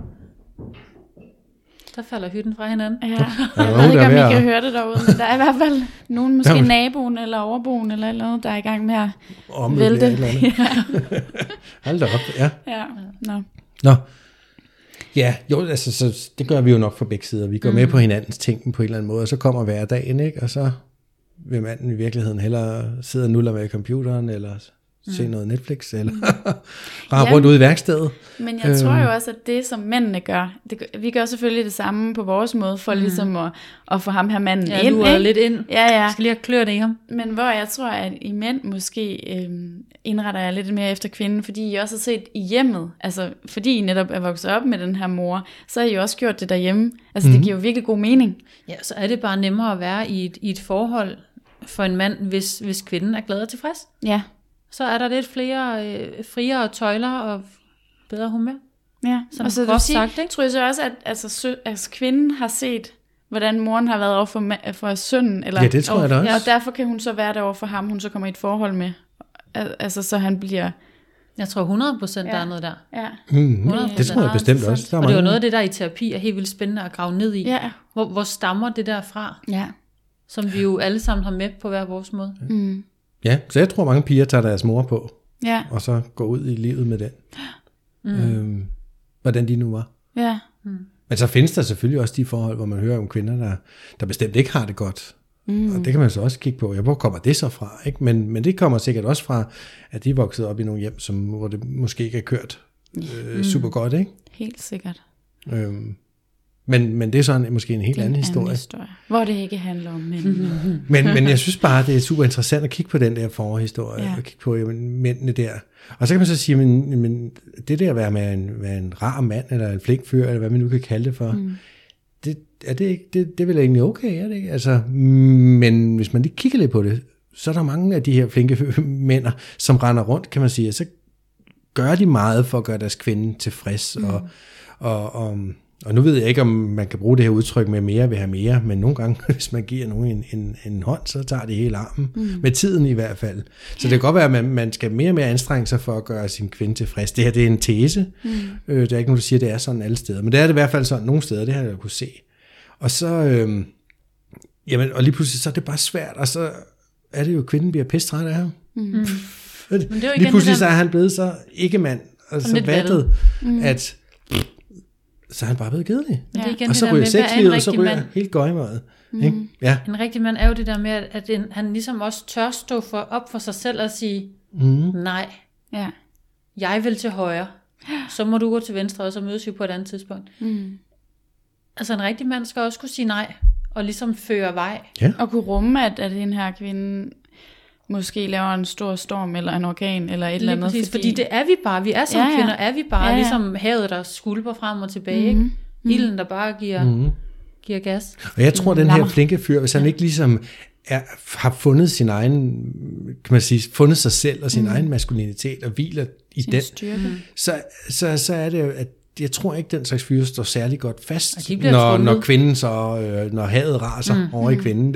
der falder hytten fra hinanden. Ja, jeg ved ikke, om I kan høre det derude, men der er i hvert fald nogen, måske naboen eller overboen eller noget, der er i gang med at vælte. Hold da op, ja. Nå. Ja, jo, altså, så det gør vi jo nok for begge sider. Vi går med på hinandens ting på en eller anden måde, og så kommer hverdagen, ikke? Og så vil manden i virkeligheden hellere sidde og nuller med computeren, eller se noget Netflix, eller rundt ude i værkstedet. Men jeg tror jo også, at det, som mændene gør, vi gør selvfølgelig det samme på vores måde, for ligesom at få ham her manden ind. Ja, lidt ind. Ja. Skal lige have klørt i ham. Men hvor jeg tror, at I mænd måske indretter jeg lidt mere efter kvinden, fordi I også har set i hjemmet, altså fordi I netop er vokset op med den her mor, så har I også gjort det derhjemme. Altså det giver jo virkelig god mening. Ja, så er det bare nemmere at være i et forhold for en mand, hvis kvinden er glad og tilfreds. Ja. Så er der lidt flere friere tøjler og bedre humør. Ja, og så du siger, tror jeg så også, at kvinden har set, hvordan moren har været over for sønnen. Eller, ja, det tror jeg da også. Ja, og derfor kan hun så være der over for ham, hun så kommer i et forhold med. Altså, så han bliver... Jeg tror 100% der er noget der. Ja. Det tror jeg bestemt også. Og det var noget af det der i terapi er helt vildt spændende at grave ned i. Ja. Hvor stammer det der fra? Ja. Som vi jo alle sammen har med på hver vores måde. Ja, så jeg tror mange piger tager deres mor på, og så går ud i livet med den. Hvordan de nu var. Ja. Men så findes der selvfølgelig også de forhold, hvor man hører om kvinder, der bestemt ikke har det godt. Og det kan man så også kigge på. Hvor kommer det så fra? Ikke? Men det kommer sikkert også fra, at de er vokset op i nogle hjem, hvor det måske ikke er kørt super godt. Ikke? Helt sikkert. Men det er så måske en helt anden historie. Hvor det ikke handler om mænd. men jeg synes bare, det er super interessant at kigge på den der forhistorie, og kigge på mændene der. Og så kan man så sige, men det der at være med en rar mand, eller en flink fyr, eller hvad man nu kan kalde det for, det er vel egentlig okay, er det ikke? Altså, men hvis man lige kigger lidt på det, så er der mange af de her flinke mænd, som render rundt, kan man sige, så gør de meget for at gøre deres kvinde tilfreds, og nu ved jeg ikke, om man kan bruge det her udtryk med mere vil have mere, men nogle gange, hvis man giver nogen en hånd, så tager de hele armen, med tiden i hvert fald. Så det kan godt være, at man skal mere og mere anstrenge sig for at gøre sin kvinde tilfreds. Det her, det er en tese. Det er ikke nogen, der siger, at det er sådan alle steder, men det er det i hvert fald sådan nogle steder, det har jeg kunne se. Og så, og lige pludselig, så er det bare svært, og så er det jo, at kvinden bliver pisstræt af ham. Lige pludselig, så er han blevet så ikke-mand, og så vattet, at så er han bare blevet kedelig. Ja. Og så ryger sexlivet, og så ryger helt gøjmøjet. Ja. En rigtig mand er jo det der med, at han ligesom også tør stå op for sig selv og sige, nej, jeg vil til højre, så må du gå til venstre, og så mødes vi på et andet tidspunkt. Altså en rigtig mand skal også kunne sige nej, og ligesom føre vej. Ja. Og kunne rumme, at den her kvinde måske laver en stor storm, eller en orkan, eller et eller andet. Præcis, fordi det er vi bare. Vi er som kvinder, er vi bare ligesom havet, der skulper frem og tilbage. Ikke? Ilden, der bare giver gas. Og jeg tror, den her flinke fyr, hvis han ikke ligesom har fundet sin egen, kan man sige, fundet sig selv og sin egen maskulinitet, og hviler i sin den, så er det jo, at jeg tror ikke, den slags fyre står særlig godt fast, når kvinden så, når hadet raser over i kvinden,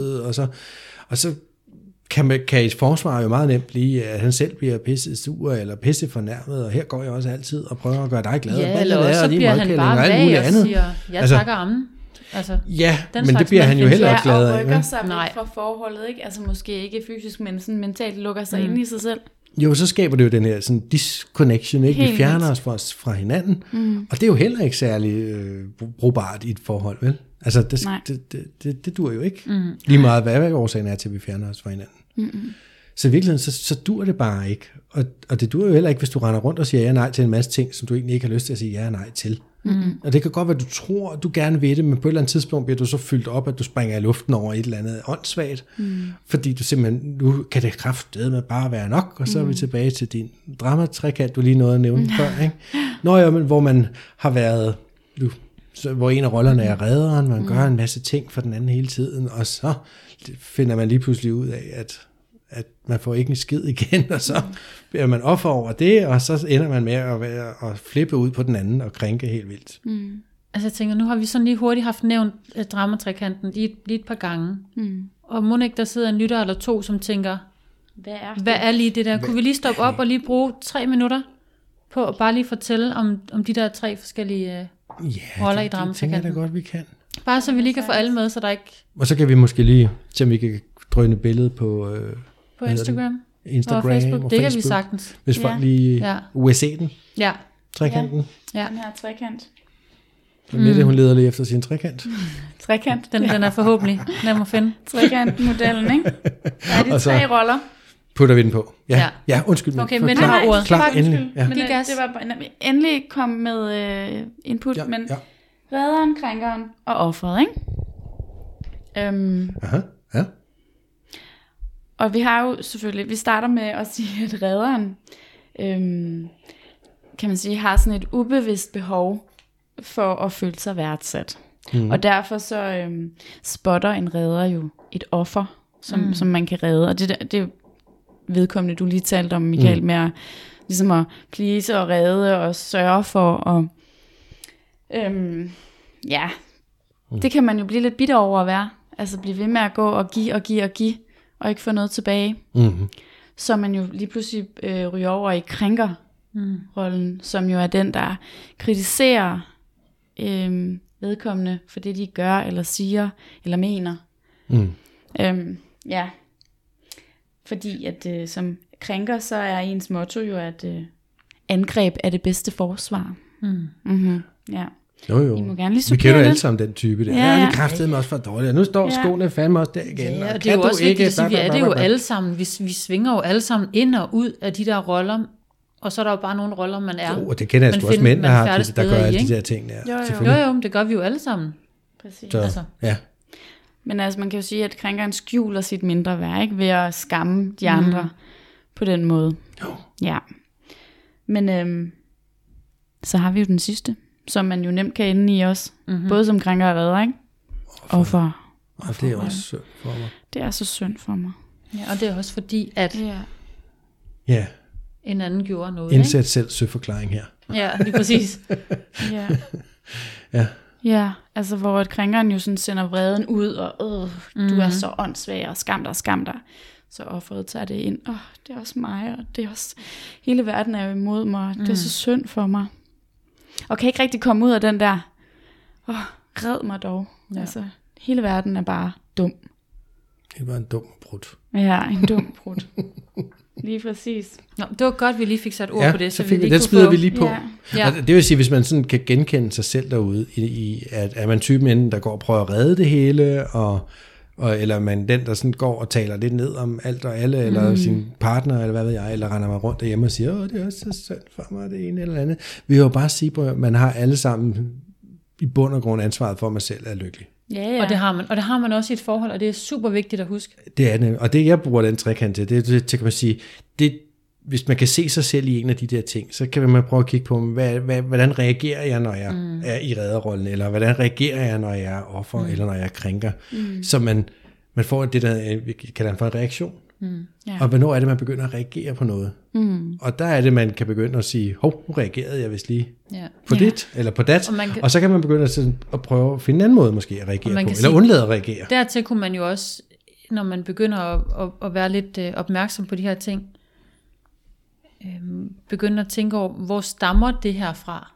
og så kan et forsvar jo meget nemt blive, at han selv bliver pisset sur, eller pisse fornærmet, og her går jeg også altid og prøver at gøre dig glad. Ja, eller også så bliver han bare vag og siger, jeg takker ammen. Altså, ja, men det bliver han jo heller ikke glad af. Og rykker sig væk fra forholdet, ikke? Altså måske ikke fysisk, men sådan mentalt lukker sig ind i sig selv. Jo, så skaber det jo den her sådan disconnection, ikke? Vi fjerner os fra hinanden, og det er jo heller ikke særlig brugbart i et forhold, vel? Altså, det dur jo ikke. Lige meget, hvad årsagen er til, at vi fjerner os fra hinanden. Så i virkeligheden, så dur det bare ikke. Og det dur jo heller ikke, hvis du render rundt og siger ja nej til en masse ting, som du egentlig ikke har lyst til at sige ja nej til. Og det kan godt være, at du tror, at du gerne vil det, men på et eller andet tidspunkt bliver du så fyldt op, at du springer i luften over et eller andet åndssvagt, fordi du simpelthen, nu kan det kraftedeme bare være nok, og så er vi tilbage til din dramatrekant, du lige nåede at nævne før, ikke? Nå ja, men hvor man har været, hvor en af rollerne er redderen, man gør en masse ting for den anden hele tiden, og så finder man lige pludselig ud af, at man får ikke en skid igen, og så bliver man offer over det, og så ender man med at flippe ud på den anden og krænke helt vildt. Altså jeg tænker, nu har vi sådan lige hurtigt haft nævnt dramatrekanten lige et par gange, og må ikke der sidder en lytter eller to, som tænker, hvad er lige det der? Kunne vi lige stoppe op og lige bruge 3 minutter på at bare lige fortælle om de der 3 forskellige roller i dramatrekanten? Ja, det tænker jeg da godt, vi kan. Bare så vi lige kan få alle med, så der ikke... Og så kan vi måske lige, se om vi kan drøne billede på Instagram og Facebook. Det kan vi sagtens. Hvis folk lige vil se den. Ja. Trekanten. Ja. Den her trekant. Mette, hun leder lige efter sin trekant. Trekant. Den er forhåbentlig nem at finde. Trekant-modellen, ikke? Er de 3 roller? Putter vi den på. Ja, undskyld. Okay, men har ordet. Klar, endelig. Ja. Men det var endelig kom med input, men redderen, krænkeren og offeret, ikke? Aha, ja. Og vi har jo selvfølgelig, vi starter med at sige, at redderen, kan man sige, har sådan et ubevidst behov for at føle sig værdsat. Og derfor så spotter en redder jo et offer, som man kan redde. Og det vedkommende, du lige talte om, Michael, med ligesom at please og redde og sørge for at, det kan man jo blive lidt bitter over at være. Altså blive ved med at gå og give, og ikke få noget tilbage. Så man jo lige pludselig ryger over i krænkerrollen, som jo er den, der kritiserer vedkommende for det, de gør, eller siger, eller mener. Fordi at som krænker, så er ens motto jo, at angreb er det bedste forsvar. Ja. Jo. I må gerne lige vi kender jo alle sammen den type der. Ja, det kræftede mig også for dårligt. Nu står skoene fandme også der igen. Ja, og det er jo også vigtigt at sige, vi er det jo alle sammen. Vi svinger jo alle sammen ind og ud af de der roller, og så er der jo bare nogle roller, man er. Jo, og det kender jeg sgu også mænd, der gør alle de der ting der. Jo, det gør vi jo alle sammen. Præcis. Så, altså. Ja. Men altså, man kan jo sige, at krænkeren skjuler sit mindre værd, ikke? Ved at skamme de andre på den måde. Jo. Ja. Men så har vi jo den sidste, som man jo nemt kan ende i også. Både som krænker og redder, ikke? Offer. Og det er også synd for mig. Det er så synd for mig. Ja, og det er også fordi, at en anden gjorde noget. Indsæt selv søforklaring her. Ja, lige præcis. Ja, altså hvor krænkeren jo sådan sender vreden ud, og du er så åndssvag, og skam dig. Så offeret tager det ind, det er også mig, og det er også, hele verden er jo imod mig, det er så synd for mig. Og kan ikke rigtig komme ud af den der, red mig dog. Ja. Altså, hele verden er bare dum. Det var en dum brud. Ja, en dum brud. Lige præcis. Nå, det var godt, vi lige fik sat ord på det. Så vi lige den smider vi lige på. Ja. Og det vil sige, hvis man sådan kan genkende sig selv derude, i at er man typen enten, der går og prøver at redde det hele, eller man den, der sådan går og taler lidt ned om alt og alle, eller sin partner, eller hvad ved jeg, eller render mig rundt derhjemme og siger, det er også så synd for mig, det ene eller andet. Vi vil jo bare sige, at man har alle sammen i bund og grund ansvaret for, at man selv er lykkelig. Ja. Og det har man også i et forhold, og det er super vigtigt at huske. Det er det, og det jeg bruger den trekant til, det kan man sige, hvis man kan se sig selv i en af de der ting, så kan man prøve at kigge på, hvordan reagerer jeg, når jeg er i redderrollen, eller hvordan reagerer jeg, når jeg er offer, eller når jeg krænker. Så man får det, der vi kalder for en reaktion. Ja. Og hvornår er det, man begynder at reagere på noget? Og der er det, man kan begynde at sige, nu reagerede jeg vist lige på dit, eller på dat, og så kan man begynde at prøve at finde en anden måde måske at reagere på, eller undlade at reagere. Dertil kunne man jo også, når man begynder at være lidt opmærksom på de her ting, begynde at tænke over, hvor stammer det her fra?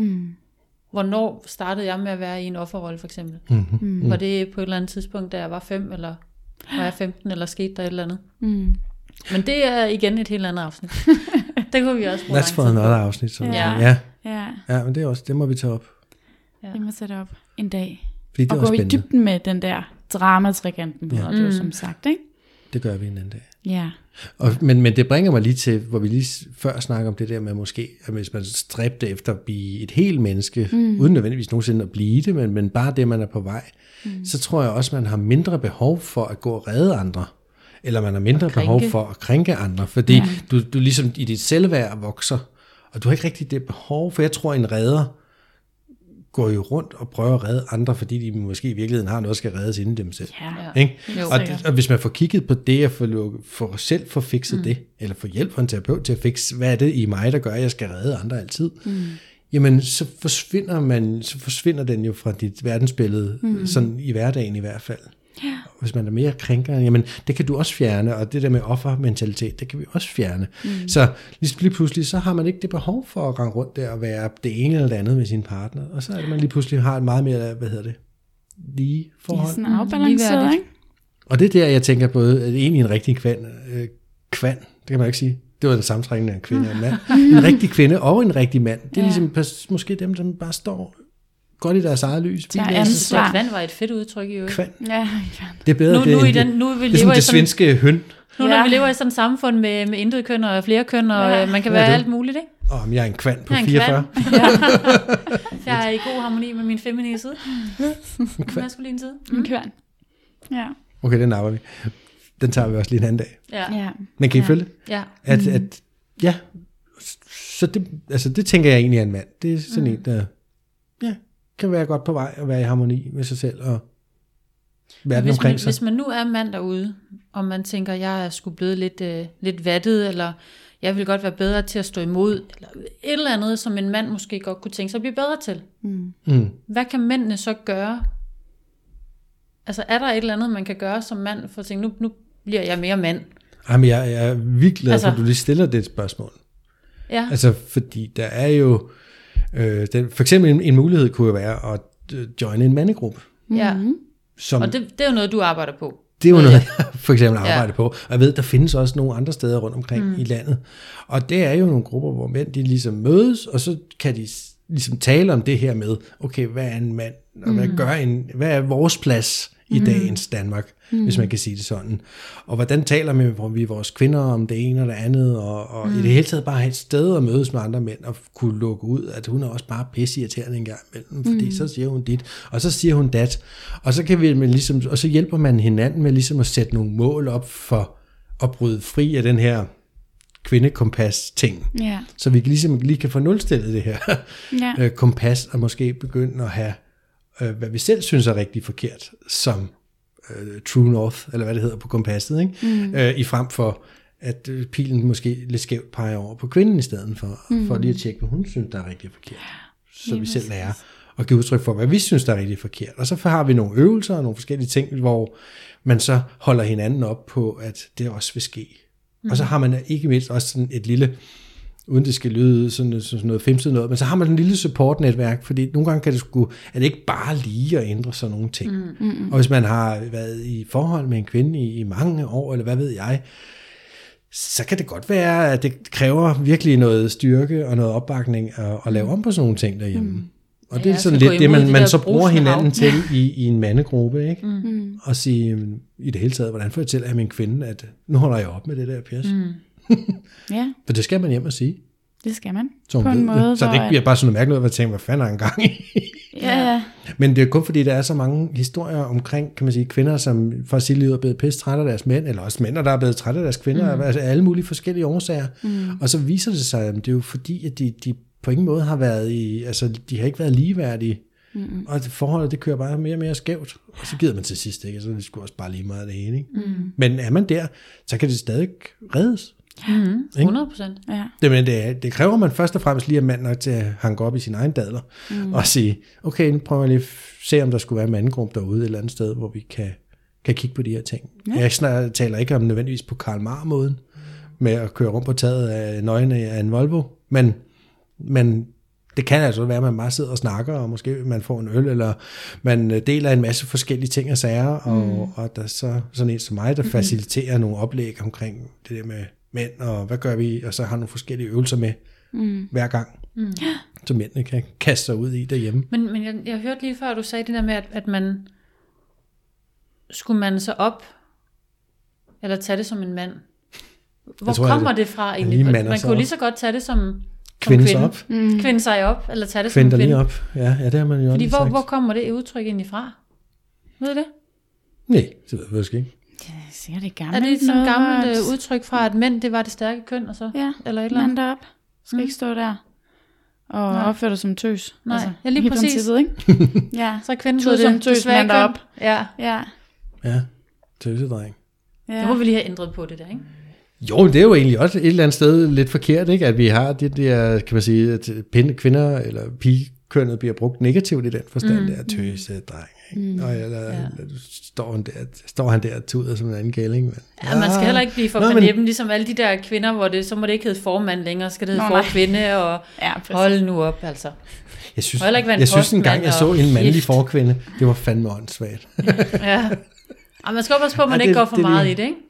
Hvornår startede jeg med at være i en offerrolle, for eksempel? Var det på et eller andet tidspunkt, da jeg var 5, eller var jeg 15, eller skete der et eller andet? Men det er igen et helt andet afsnit. Det kunne vi også bruge lang tid på. Let's for another afsnit. Så. Ja, men det må vi tage op. Ja. Det må sætte op en dag. Fordi det og gå i dybden med den der dramatrikanten, det var som sagt, ikke? Det gør vi en anden dag. Ja. Men det bringer mig lige til, hvor vi lige før snakker om det der med måske, at hvis man stræbte efter at blive et helt menneske, uden nødvendigvis nogensinde at blive det, men bare det, man er på vej, så tror jeg også, man har mindre behov for at gå og redde andre, eller man har mindre behov for at krænke andre, fordi du ligesom i dit selvværd vokser, og du har ikke rigtig det behov, for jeg tror, en redder går jo rundt og prøver at redde andre, fordi de måske i virkeligheden har noget, der skal reddes inden dem selv. Ja. Og hvis man får kigget på det, og selv får fikset det, eller får hjælp fra en terapeut til at fikse, hvad er det i mig, der gør, at jeg skal redde andre altid, jamen så forsvinder den jo fra dit verdensbillede, sådan i hverdagen i hvert fald. Ja. Hvis man er mere krænker, jamen det kan du også fjerne, og det der med offermentalitet, det kan vi også fjerne. Så lige pludselig, så har man ikke det behov for at rende rundt der og være det ene eller det andet med sin partner, og så er det, man lige pludselig har et meget mere, lige forhold. Det er sådan afbalanceret, ikke? Og det er der, jeg tænker på, at egentlig en rigtig kvand, det kan man ikke sige, det var det sammentrækkende af en kvinde og en mand, en rigtig kvinde og en rigtig mand, det er ligesom måske dem, som bare står godt i deres eget lys. Kvand var et fedt udtryk i øvrigt. Kvand. Ja. Det er bedre, det er sådan det svenske høn. Nu når vi lever i sådan et samfund med intet køn og flere køn, og man kan være alt muligt, ikke? Jeg er en kvand på 44. Jeg er i god harmoni med min feminine side. Maskuline side. En kvand. Ja. Okay, den napper vi. Den tager vi også lige en anden dag. Ja. Men kan I følge det? Ja. Så det tænker jeg egentlig er en mand. Det er sådan en, der kan være godt på vej og være i harmoni med sig selv og verden omkring sig. Hvis man nu er mand derude, og man tænker, jeg er sgu blevet lidt vattet, eller jeg vil godt være bedre til at stå imod, eller et eller andet, som en mand måske godt kunne tænke sig at blive bedre til. Hvad kan mændene så gøre? Altså er der et eller andet, man kan gøre som mand, for at tænke, nu bliver jeg mere mand? Jamen, jeg er virkelig glad for, at du lige stiller det spørgsmål. Ja. Altså, fordi der er jo for eksempel en mulighed kunne jo være at joine en mandegruppe. Ja. Og det er jo noget, du arbejder på. Det er jo noget, jeg for eksempel arbejder på. Og jeg ved, der findes også nogle andre steder rundt omkring i landet. Og det er jo nogle grupper, hvor mænd de ligesom mødes, og så kan de ligesom tale om det her med, okay, hvad er en mand, og hvad er vores plads i dagens Danmark, hvis man kan sige det sådan. Og hvordan taler vi vores kvinder om det ene og det andet, og i det hele taget bare have et sted at mødes med andre mænd, og kunne lukke ud, at hun er også bare pisseirriterende en gang imellem, fordi så siger hun dit, og så siger hun dat, og så kan vi ligesom, og så hjælper man hinanden med ligesom at sætte nogle mål op for at bryde fri af den her kvindekompas ting, så vi ligesom lige kan få nulstillet det her kompas, og måske begynde at have hvad vi selv synes er rigtig forkert, som True North, eller hvad det hedder på kompasset, ikke? I frem for at pilen måske lidt skævt peger over på kvinden i stedet for lige at tjekke, hvad hun synes, der er rigtig forkert. Så vi selv lærer at give udtryk for, hvad vi synes, der er rigtig forkert. Og så har vi nogle øvelser og nogle forskellige ting, hvor man så holder hinanden op på, at det også vil ske. Og så har man ikke mindst også sådan et lille, uden det skal lyde sådan noget femset noget, men så har man en lille supportnetværk, fordi nogle gange er det ikke bare lige at ændre sådan nogle ting. Og hvis man har været i forhold med en kvinde i mange år, eller hvad ved jeg, så kan det godt være, at det kræver virkelig noget styrke og noget opbakning at lave om på sådan nogle ting derhjemme. Og det er sådan lidt det, man så bruger hinanden til i en mandegruppe, ikke? Og sige i det hele taget, hvordan fortæller jeg min kvinde, at nu holder jeg op med det der pjæs. Ja. For det skal man hjem og sige. Det skal man. På en måde, så det ikke bliver bare sådan noget mærkeligt, at man tænker, hvad fanden er en gang i? Ja. Men det er kun fordi, der er så mange historier omkring, kan man sige, kvinder, som for at sige livet er blevet pisse træt af deres mænd, eller også mænd, der er blevet træt af deres kvinder, af alle mulige forskellige årsager. Og så viser det sig, at det er jo fordi, at de på ingen måde har været de har ikke været ligeværdige. Og forholdet, det kører bare mere og mere skævt. Og så gider man til sidst, ikke? Så er det sgu også bare lige meget af det hele, ikke? Men er man der, så kan det stadig reddes. 100%. Ja. Det kræver man først og fremmest lige at mand nok til at hanke op i sin egen dadler og sige, okay, nu prøver jeg lige at se, om der skulle være en mandegruppe derude et eller andet sted, hvor vi kan kigge på de her ting. Jeg taler ikke om nødvendigvis på Karl Marr-måden med at køre rundt på taget af nøgne af en Volvo, men det kan altså være, at man bare sidder og snakker, og måske man får en øl, eller man deler en masse forskellige ting og sager, og der er så sådan en som mig, der faciliterer nogle oplæg omkring det der med mænd, og hvad gør vi, og så har nogle forskellige øvelser med hver gang, så mændene kan kaste sig ud i derhjemme. Men jeg hørte lige før, du sagde det der med, at man skulle mande sig op, eller tage det som en mand. Hvor kommer det fra egentlig? Man kunne lige så godt tage det som kvinde op. Kvinde sig op, eller tage det som en kvinde. Lige op. Ja, det har man jo fordi hvor kommer det udtryk egentlig fra? Ved du det? Nej, det ved jeg faktisk ikke. Ja, jeg siger det gammelt. Er det et gammelt udtryk fra, at mænd, det var det stærke køn, og så? Ja, eller et eller andet? mand op. Skal ikke stå der og opføre dig som tøs. Nej, ja, lige præcis. Ikke? Ja. Så er kvinden blevet som tøs, mand op. Ja, tøsedreng. Ja. Det må vi lige have ændret på det der, ikke? Jo, det er jo egentlig også et eller andet sted lidt forkert, ikke? At vi har det der, kan man sige, at kvinder eller pigekønnet bliver brugt negativt i den forstand, der tøsedreng. Og står han der og tuder som en anden gæling. Men, ja, man skal heller ikke blive for forneppen, ligesom alle de der kvinder, hvor så må det ikke hedde formand længere, skal det hedde forkvinde, og hold nu op, altså. Jeg synes engang, jeg så en mandlig forkvinde, det var fandme åndssvagt. Ja. Og man skal også passe på, at man ikke går for meget i det, ikke?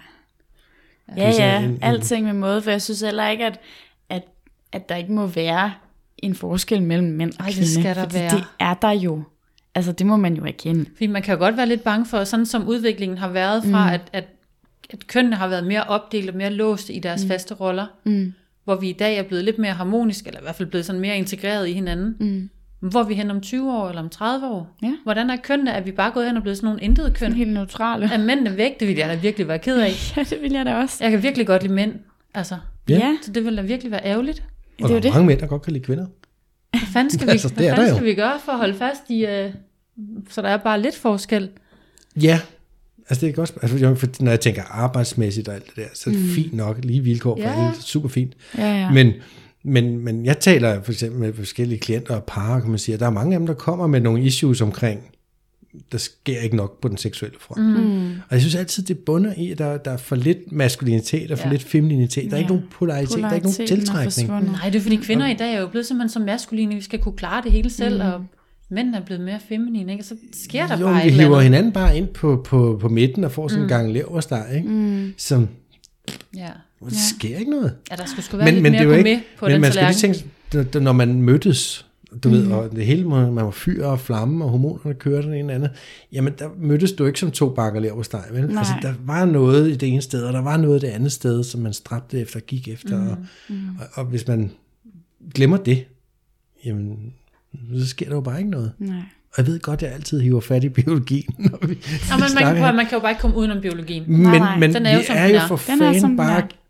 Ja, alting med måde, for jeg synes heller ikke, at der ikke må være en forskel mellem mænd og kvinde. Det skal der være. Det er der jo. Altså, det må man jo erkende. Fordi man kan jo godt være lidt bange for, sådan som udviklingen har været fra, at kønnene har været mere opdelt og mere låst i deres faste roller, hvor vi i dag er blevet lidt mere harmoniske, eller i hvert fald blevet sådan mere integreret i hinanden. Hvor er vi hen om 20 år eller om 30 år? Ja. Hvordan er kønnene? Er vi bare gået hen og blevet sådan nogle intet køn? Helt neutrale. Er mændene væk? Det ville jeg da virkelig være ked af. Ja, det vil jeg da også. Jeg kan virkelig godt lide mænd. Altså. Ja. Så det ville da virkelig være ærgerligt. Og der er mange mænd, der godt kan lide kvinder. Hvad fanden skal vi gøre for at holde fast i... så der er bare lidt forskel? Ja. Altså det er godt, altså, når jeg tænker arbejdsmæssigt og alt det der, så er det fint nok, lige vilkår for alle, super fint. Ja. Men jeg taler for eksempel med forskellige klienter og par, kan man sige, at der er mange af dem, der kommer med nogle issues omkring, der sker ikke nok på den seksuelle front. Og jeg synes altid, det bunder i, at der er for lidt maskulinitet og for lidt femininitet. Der er ikke nogen polaritet, der er ikke nogen tiltrækning. Nej, det er fordi kvinder i dag er jo blevet simpelthen så maskuline, vi skal kunne klare det hele selv, og mænd er blevet mere feminine, ikke? Og så sker der bare vi hiver hinanden bare ind på midten og får sådan en gang leverpostej, ikke? Som... Ja. Der sker ikke noget. Ja, der skulle være lidt mere gå med på den tallerken. Men man skal lige tænke, når man mødtes, du ved, og det hele, man var fyr og flamme, og hormonerne kørte den ene anden, jamen der mødtes du ikke som to bakker leverpostej, vel? Altså, der var noget i det ene sted, og der var noget i det andet sted, som man stræbte efter og gik efter, og hvis man glemmer det, jamen, så sker der jo bare ikke noget. Nej. Og jeg ved godt, jeg altid hiver fat i biologien. Man kan jo bare ikke komme udenom biologien. Men vi er jo for fanden bare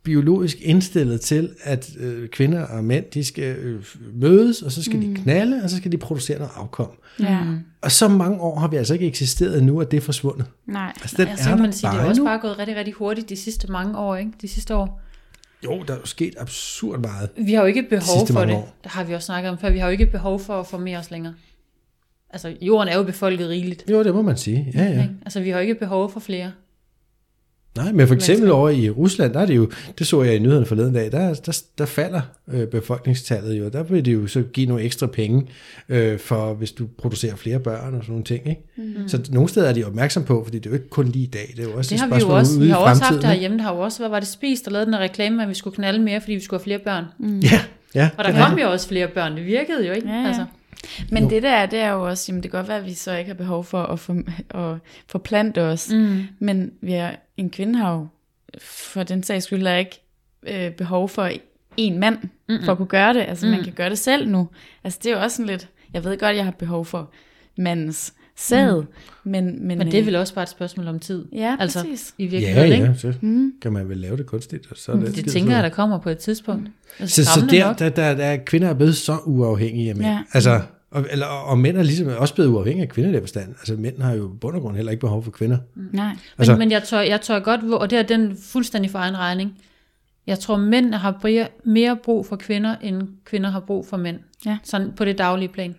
biologisk indstillet til, at kvinder og mænd, de skal mødes, og så skal de knalde, og så skal de producere noget afkom. Ja. Og så mange år har vi altså ikke eksisteret nu, at det er forsvundet. Nej. Altså, den så kan man sige, det er også nu. bare gået rigtig, rigtig hurtigt de sidste mange år, ikke? De sidste år. Jo, der er jo sket absurd meget. Vi har jo ikke behov for det. År. Det har vi også snakket om før. Vi har jo ikke behov for at formere os længere. Altså, jorden er jo befolket rigeligt. Jo, det må man sige. Ja, ja. Altså, vi har jo ikke behov for flere. Nej, men for eksempel over i Rusland, der er det jo, det så jeg i nyhederne forleden dag, der falder befolkningstallet jo. Der vil det jo så give nogle ekstra penge, for hvis du producerer flere børn og sådan nogle ting. Ikke? Mm. Så nogle steder er de opmærksom på, fordi det er jo ikke kun lige i dag, det er jo også det et har spørgsmål vi jo også, ude i fremtiden. Vi har også haft det herhjemme, der har jo også, hvad var det Spis, der lavede den her reklame, at vi skulle knalde mere, fordi vi skulle have flere børn. Mm. Ja. Og der kom jo også flere børn, det virkede jo ikke. Ja. Altså. Men jo. Det er jo også, jamen det kan godt være, at vi så ikke har behov for at forplante os, men en kvinde har jo for den sags skyld ikke behov for en mand for at kunne gøre det. Altså man kan gøre det selv nu. Altså det er jo også sådan lidt, jeg ved godt, jeg har behov for mandens sæd, men det er vel også bare et spørgsmål om tid. Ja, altså, præcis. I virkeligheden, ikke? Ja, så kan man vel lave det kunstigt. Og så det tænker jeg, der kommer på et tidspunkt. Altså, så der kvinder er blevet så uafhængige af mænd. Ja. Altså, og mænd er ligesom også blevet uafhængige af kvinder i den forstand. Altså mænd har jo i bund og grund heller ikke behov for kvinder. Nej. Altså, men jeg tør godt, og det er den fuldstændig for egen regning. Jeg tror, mænd har mere brug for kvinder, end kvinder har brug for mænd. Ja. Sådan på det daglige plan.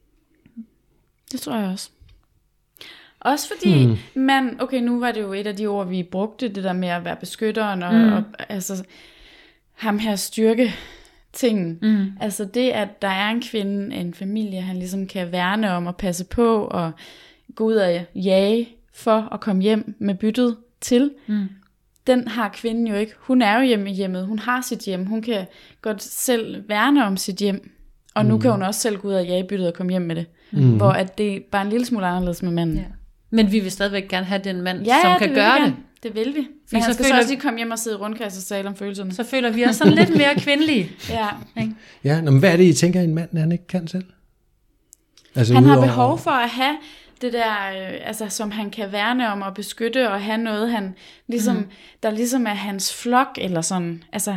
Det tror jeg også. Også fordi man, okay, nu var det jo et af de ord, vi brugte, det der med at være beskytteren, og altså ham her styrke tingen. Altså det, at der er en kvinde, en familie, han ligesom kan værne om og passe på, og gå ud og jage for at komme hjem med byttet til, den har kvinden jo ikke. Hun er jo hjemme i hjemmet, hun har sit hjem, hun kan godt selv værne om sit hjem, og nu kan hun også selv gå ud og jage byttet og komme hjem med det. Hvor at det er bare en lille smule anderledes med manden. Ja. Men vi vil stadigvæk gerne have den mand, som kan gøre det. Det vil vi. Men han skal så også lige komme hjem og sidde i rundkreds og tale om følelserne. Så føler vi os sådan lidt mere kvindelige. Ja, men hvad er det, I tænker, en mand, han ikke kan selv? Altså, han har behov for at have det der, altså, som han kan værne om og beskytte, og have noget, han ligesom, der ligesom er hans flok, eller sådan, altså.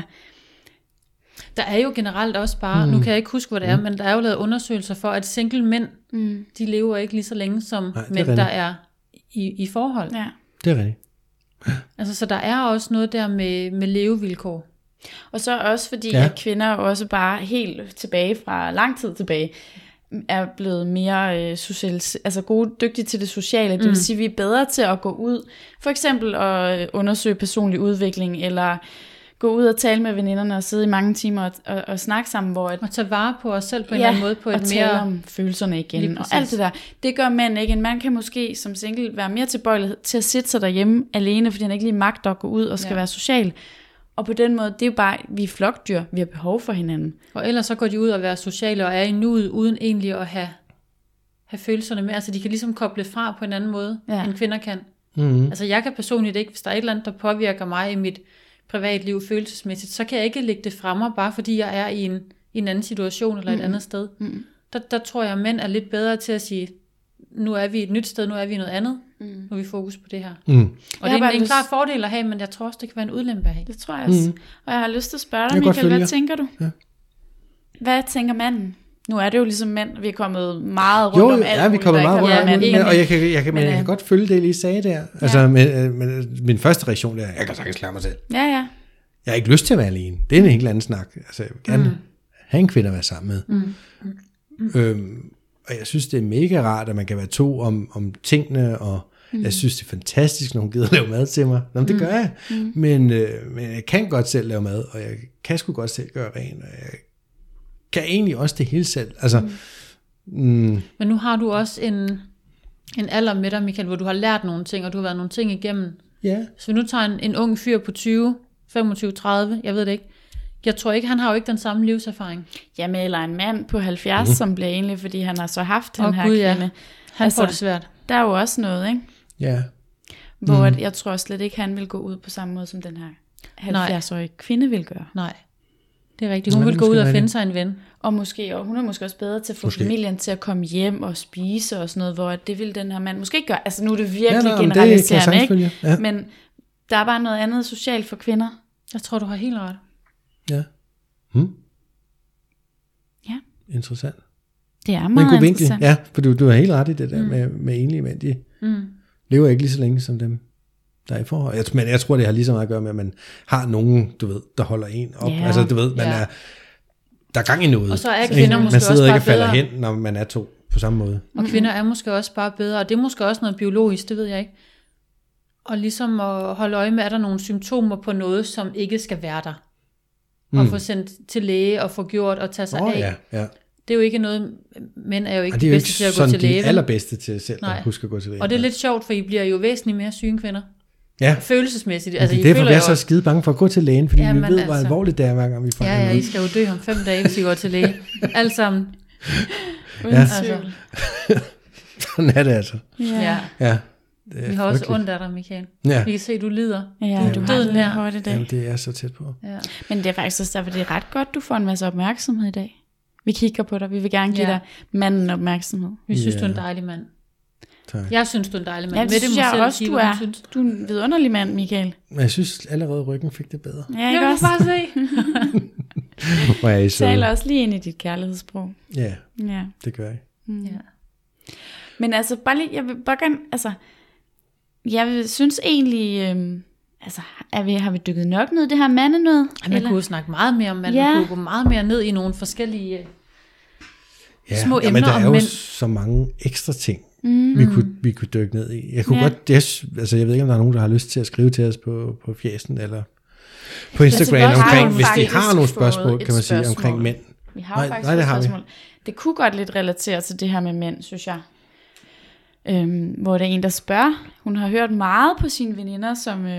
Der er jo generelt også bare, nu kan jeg ikke huske, hvad det er, men der er jo lavet undersøgelser for, at single mænd, de lever ikke lige så længe som mænd, der er i forhold. Ja. Det er rigtigt. Altså, så der er også noget der med levevilkår. Og så også fordi, at kvinder også bare helt tilbage fra lang tid tilbage, er blevet mere dygtige til det sociale. Det vil sige, at vi er bedre til at gå ud, for eksempel at undersøge personlig udvikling, eller gå ud og tale med veninderne og sidde i mange timer og snakke sammen. Og tage vare på os selv på en eller anden måde. På og tale om følelserne igen. Og alt det der. Det gør mænd ikke. En mand kan måske som single være mere tilbøjelig til at sætte sig derhjemme alene, fordi han ikke lige magter at gå ud og skal være social. Og på den måde, det er jo bare, vi er flokdyr, vi har behov for hinanden. Og ellers så går de ud og være sociale og er i nuet, uden egentlig at have følelserne med. Altså de kan ligesom koble fra på en anden måde, end kvinder kan. Altså jeg kan personligt ikke, hvis der er et eller andet, der påvirker mig i mit privatliv følelsesmæssigt, så kan jeg ikke lægge det frem mig, bare fordi jeg er i en anden situation eller et andet sted. Der tror jeg, at mænd er lidt bedre til at sige, nu er vi et nyt sted, nu er vi noget andet, nu er vi fokus på det her. Og det er en klar fordel at have, men jeg tror også, det kan være en udlempe at have. Det tror jeg også. Og jeg har lyst til at spørge dig, Michael, hvad tænker du? Ja. Hvad tænker manden? Nu er det jo ligesom mænd, vi er kommet meget rundt om alt. Ja, vi er kommet meget rundt om alt, og jeg kan godt følge det, I sagde der. Altså, min første reaktion er, jeg kan sagtens klare mig selv. Ja. Jeg har ikke lyst til at være alene. Det er en helt anden snak. Altså, jeg vil gerne have en kvinde at være sammen med. Og jeg synes, det er mega rart, at man kan være to om tingene, og jeg synes, det er fantastisk, når hun gider lave mad til mig. Nå, det gør jeg. Men jeg kan godt selv lave mad, og jeg kan sgu godt selv gøre ren, og jeg kan egentlig også det hele selv. Altså, Men nu har du også en alder med dig, Michael, hvor du har lært nogle ting, og du har været nogle ting igennem. Ja. Så nu tager en ung fyr på 20, 25, 30, jeg ved det ikke. Jeg tror ikke, han har jo ikke den samme livserfaring. Jamen, eller en mand på 70, som bliver enlig, fordi han har så haft den her kvinde. Ja. Han får det svært. Der er jo også noget, ikke? Ja. Hvor jeg tror slet ikke, han vil gå ud på samme måde, som den her 70-årige kvinde vil gøre. Nej, det er rigtigt. Hun vil gå ud og finde sig en ven. Og hun er måske også bedre til at få familien til at komme hjem og spise og sådan noget, hvor det vil den her mand måske ikke gøre. Altså nu er det virkelig generaliserende, ikke? Ja. Men der er bare noget andet socialt for kvinder. Jeg tror, du har helt ret. Ja. Ja. Interessant. Det er meget interessant. Ja, for du har helt ret i det der med enlige mænd. De lever ikke lige så længe som dem, der er i forhold. Men jeg tror, det har lige så meget at gøre med, at man har nogen, du ved, der holder en op. Yeah. Altså, du ved, man er, der er gang i noget. Og så er kvinder måske også bare bedre. Man sidder ikke og falder hen, når man er to på samme måde. Og kvinder er måske også bare bedre, og det er måske også noget biologisk, det ved jeg ikke. Og ligesom at holde øje med, er der nogle symptomer på noget, som ikke skal være der. Og få sendt til læge og få gjort og tage sig af. Ja. Det er jo ikke noget, mænd er jo ikke de bedste til at gå til læge. De er allerbedste til selv at huske at gå til læge. Og det er lidt sjovt, for I bliver jo væsentligt mere syge end kvinder. Ja. Følelsesmæssigt. Altså, det er derfor, vi er så skide bange for at gå til lægen, fordi vi ved, hvor alvorligt det er, hver gang vi får det. Ja, I skal jo dø om 5 dage, hvis I går til læge. Alt sammen. Altså. Sådan er det altså. Ja. Vi har også ondt af dig, Michael. Ja. Vi kan se, at du lider. Ja, du har det hårdt i dag. Jamen, det er så tæt på. Ja. Men det er faktisk også derfor, det er ret godt, du får en masse opmærksomhed i dag. Vi kigger på dig. Vi vil gerne give dig manden opmærksomhed. Vi synes, du er en dejlig mand. Tak. Jeg synes, du er en dejlig mand. Ja, det synes jeg også, du er. Du er en vidunderlig mand, Michael. Men jeg synes allerede, ryggen fik det bedre. Ja, jeg kan også bare se. Hvor er I så? Taler også lige ind i dit kærlighedssprog. Ja, det gør jeg. Ja. Men altså, bare lige, jeg vil bare gerne, altså, jeg synes egentlig, altså, har vi dykket nok ned i det her mandenød? Man kunne jo snakke meget mere om manden. Man kunne gå meget mere ned i nogle forskellige små emner. Men der er jo mænd. så mange ekstra ting, vi kunne dykke ned i. Jeg kunne godt, jeg ved ikke, om der er nogen, der har lyst til at skrive til os på fjæsen, eller på Instagram omkring, hvis de har nogle spørgsmål, kan man sige, omkring mænd. Vi har jo faktisk et spørgsmål. Det kunne godt lidt relatere til det her med mænd, synes jeg. Hvor der er en, der spørger. Hun har hørt meget på sine veninder,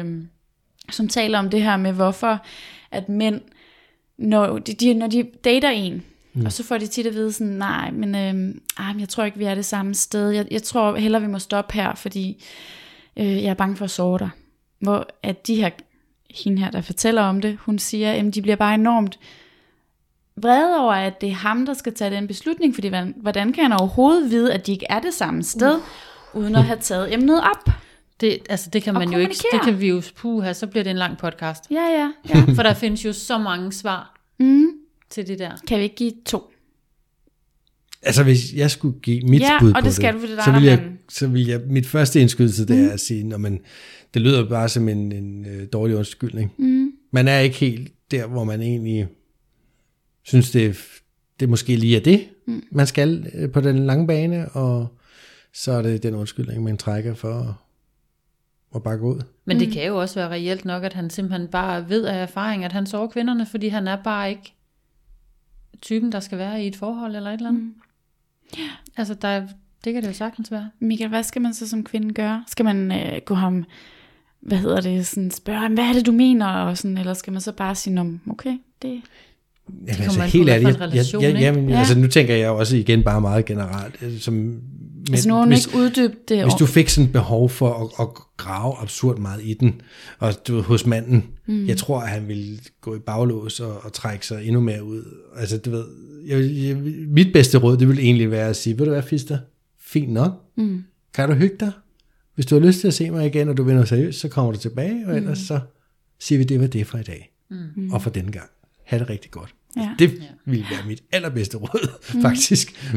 som taler om det her med, hvorfor at mænd, når de dater en, og så får de tit at vide sådan, nej, men jeg tror ikke, vi er det samme sted. Jeg tror hellere, vi må stoppe her, fordi jeg er bange for at såre dig. Hvor at hende her, der fortæller om det, hun siger, at de bliver bare enormt vrede over, at det er ham, der skal tage den beslutning, fordi hvordan kan han overhovedet vide, at de ikke er det samme sted, uden at have taget emnet op? Det kan man jo ikke, det kan vi jo så bliver det en lang podcast. Ja. For der findes jo så mange svar til det der. Kan vi ikke give 2? Altså, hvis jeg skulle give mit bud på så vil jeg, mit første indskydelse, det er at sige, det lyder bare som en dårlig undskyldning. Man er ikke helt der, hvor man egentlig synes, det måske lige er det, man skal på den lange bane, og så er det den undskyldning, man trækker for at bare gå ud. Men det kan jo også være reelt nok, at han simpelthen bare ved af erfaring, at han sårer kvinderne, fordi han er bare ikke typen, der skal være i et forhold eller et eller andet. Altså, det kan det jo sagtens være. Michael, hvad skal man så som kvinde gøre? Skal man gå ham, sådan spørge ham, hvad er det, du mener? Og sådan, eller skal man så bare sige, okay, det... Jamen, altså, helt ærligt, altså, nu tænker jeg også igen bare meget generelt. Nogen ikke uddybt det. Hvis du fik sådan et behov for at grave absurd meget i den, og du ved, hos manden, jeg tror, at han ville gå i baglås og trække sig endnu mere ud. Altså, du ved, mit bedste råd, det ville egentlig være at sige, ved du hvad, Fister? Fint nok. Kan du hygge dig? Hvis du har lyst til at se mig igen, og du vinder seriøst, så kommer du tilbage, og ellers så siger vi, det var det for i dag. Og for denne gang. Ha' det rigtig godt. Ja. Det ville være mit allerbedste råd, faktisk.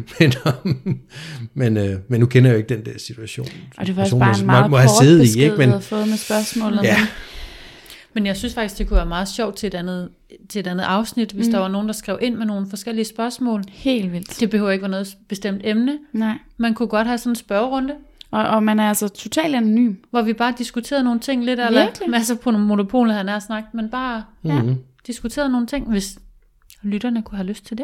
Men nu kender jeg jo ikke den der situation. Og det var også bare en meget kort besked, du havde fået med spørgsmålet. Ja. Men jeg synes faktisk, det kunne være meget sjovt til et andet afsnit, hvis der var nogen, der skrev ind med nogle forskellige spørgsmål. Helt vildt. Det behøver ikke være noget bestemt emne. Nej. Man kunne godt have sådan en spørgerunde. Og man er altså totalt anonym. Hvor vi bare diskuterede nogle ting lidt, eller masser på nogle monopoler, han har snakket, men bare diskuterede nogle ting, hvis lytterne kunne have lyst til det.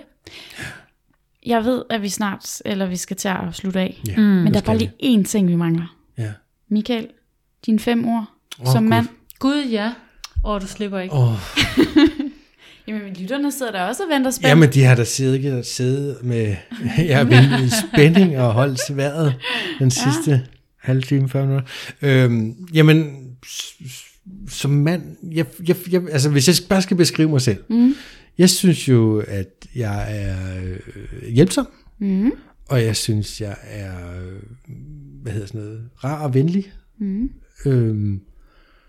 Jeg ved, at vi skal til at slutte af. Ja, men der er bare lige én ting, vi mangler. Ja. Michael, dine 5 ord som mand. Gud, ja. Du slipper ikke. Jamen, lytterne sidder der også og venter spændt. Jamen, de har da siddet med i spænding og holdt vejret den sidste halve time, 40 minutter. Jamen, som mand, altså hvis jeg bare skal beskrive mig selv, jeg synes jo, at jeg er hjælpsom, og jeg synes, jeg er, rar og venlig,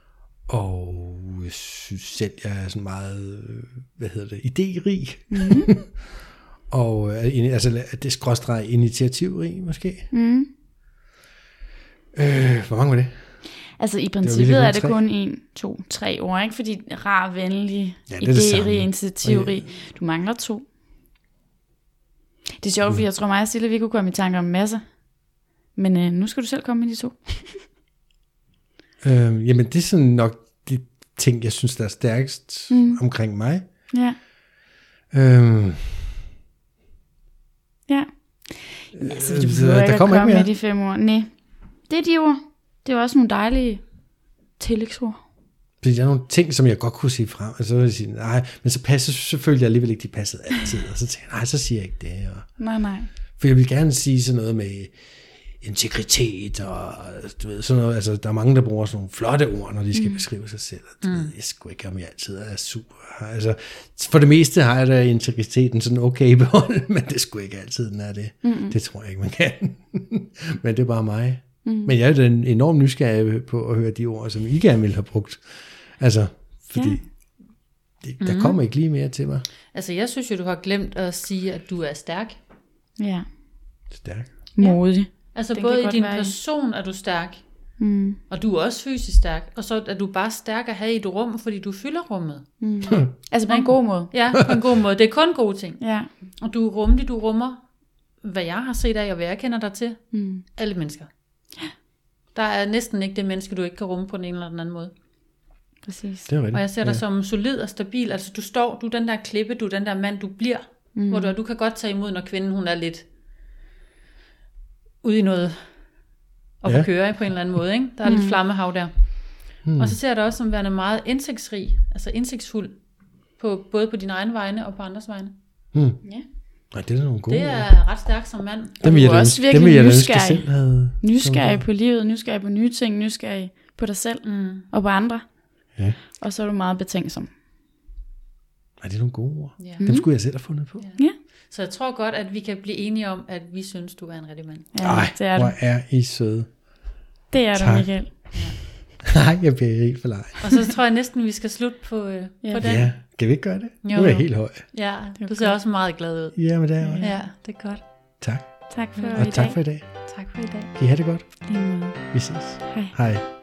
Og jeg synes selv, jeg er sådan meget, idérig. Mm-hmm. Og altså, det skråstreg initiativrig, måske. Mm. Hvor mange var det? Altså i princippet er det kun 1, 2, 3 ord, ikke? Fordi rar, venlig, idérig, initiativrig. Du mangler 2. Det er sjovt, fordi jeg tror mig og Sille, vi kunne komme i tanke om masser. Men nu skal du selv komme med de 2. Jamen det er sådan nok de ting, jeg synes, der er stærkest omkring mig. Ja. Ja. Altså, du behøver ikke at komme med de 5 ord. Nej, det er de ord. Det er også nogle dejlige tillægsord. Fordi der er nogle ting, som jeg godt kunne sige frem, og så vil jeg sige, nej, men så passer selvfølgelig alligevel ikke, de passede altid, og så tænker jeg, nej, så siger jeg ikke det. Og, nej. For jeg vil gerne sige sådan noget med integritet, og du ved, sådan noget, altså der er mange, der bruger sådan nogle flotte ord, når de skal beskrive sig selv, og det ved jeg sgu ikke, om jeg altid er super. Altså, for det meste har jeg da integriteten sådan okay behold, men det sgu ikke altid, den er det. Det tror jeg ikke, man kan. Men det er bare mig. Men jeg er da enormt nysgerrig på at høre de ord, som I gerne ville have brugt. Altså, fordi der kommer ikke lige mere til mig. Altså, jeg synes jo, du har glemt at sige, at du er stærk. Ja. Stærk. Modig. Altså, den både i din person er du stærk, og du er også fysisk stærk, og så er du bare stærk at have i et rum, fordi du fylder rummet. Altså på en god måde. Ja, på en god måde. Det er kun gode ting. Ja. Og du er rummelig, du rummer, hvad jeg har set af, og hvad jeg kender dig til. Alle mennesker. Der er næsten ikke det menneske, du ikke kan rumme på den ene eller den anden måde. Præcis. Det er rigtigt. Og jeg ser dig som solid og stabil. Altså du er den der klippe, du er den der mand, du bliver. Hvor du kan godt tage imod, når kvinden hun er lidt ude i noget og på køre på en eller anden måde. Ikke? Der er lidt flammehav der. Og så ser jeg dig også som værende meget indsigtsrig, altså indsigtsfuld, både på dine egne vegne og på andres vegne. Ja. Nej, det er nogle gode. Det er ret stærkt som mand. Dem du er også virkelig nysgerrig. Nysgerrig på livet, nysgerrig på nye ting, nysgerrig på dig selv og på andre. Ja. Og så er du meget betænksom. Nej, det er nogle gode ord. Ja. Dem skulle jeg selv have fundet på. Ja. Så jeg tror godt, at vi kan blive enige om, at vi synes, du er en rigtig mand. Ja, det er hvor er I søde. Det er du, Michael. Nej, jeg bliver helt for leg. Og så tror jeg næsten, vi skal slutte på den. Ja, kan vi ikke gøre det? Nu er jeg helt høj. Ja, du ser også meget glad ud. Ja, men det er jeg. Ja, det er godt. Tak. Tak for i dag. Og tak for i dag. Tak for i dag. Kan I have det godt? Lige måde. Vi ses. Hej. Hej.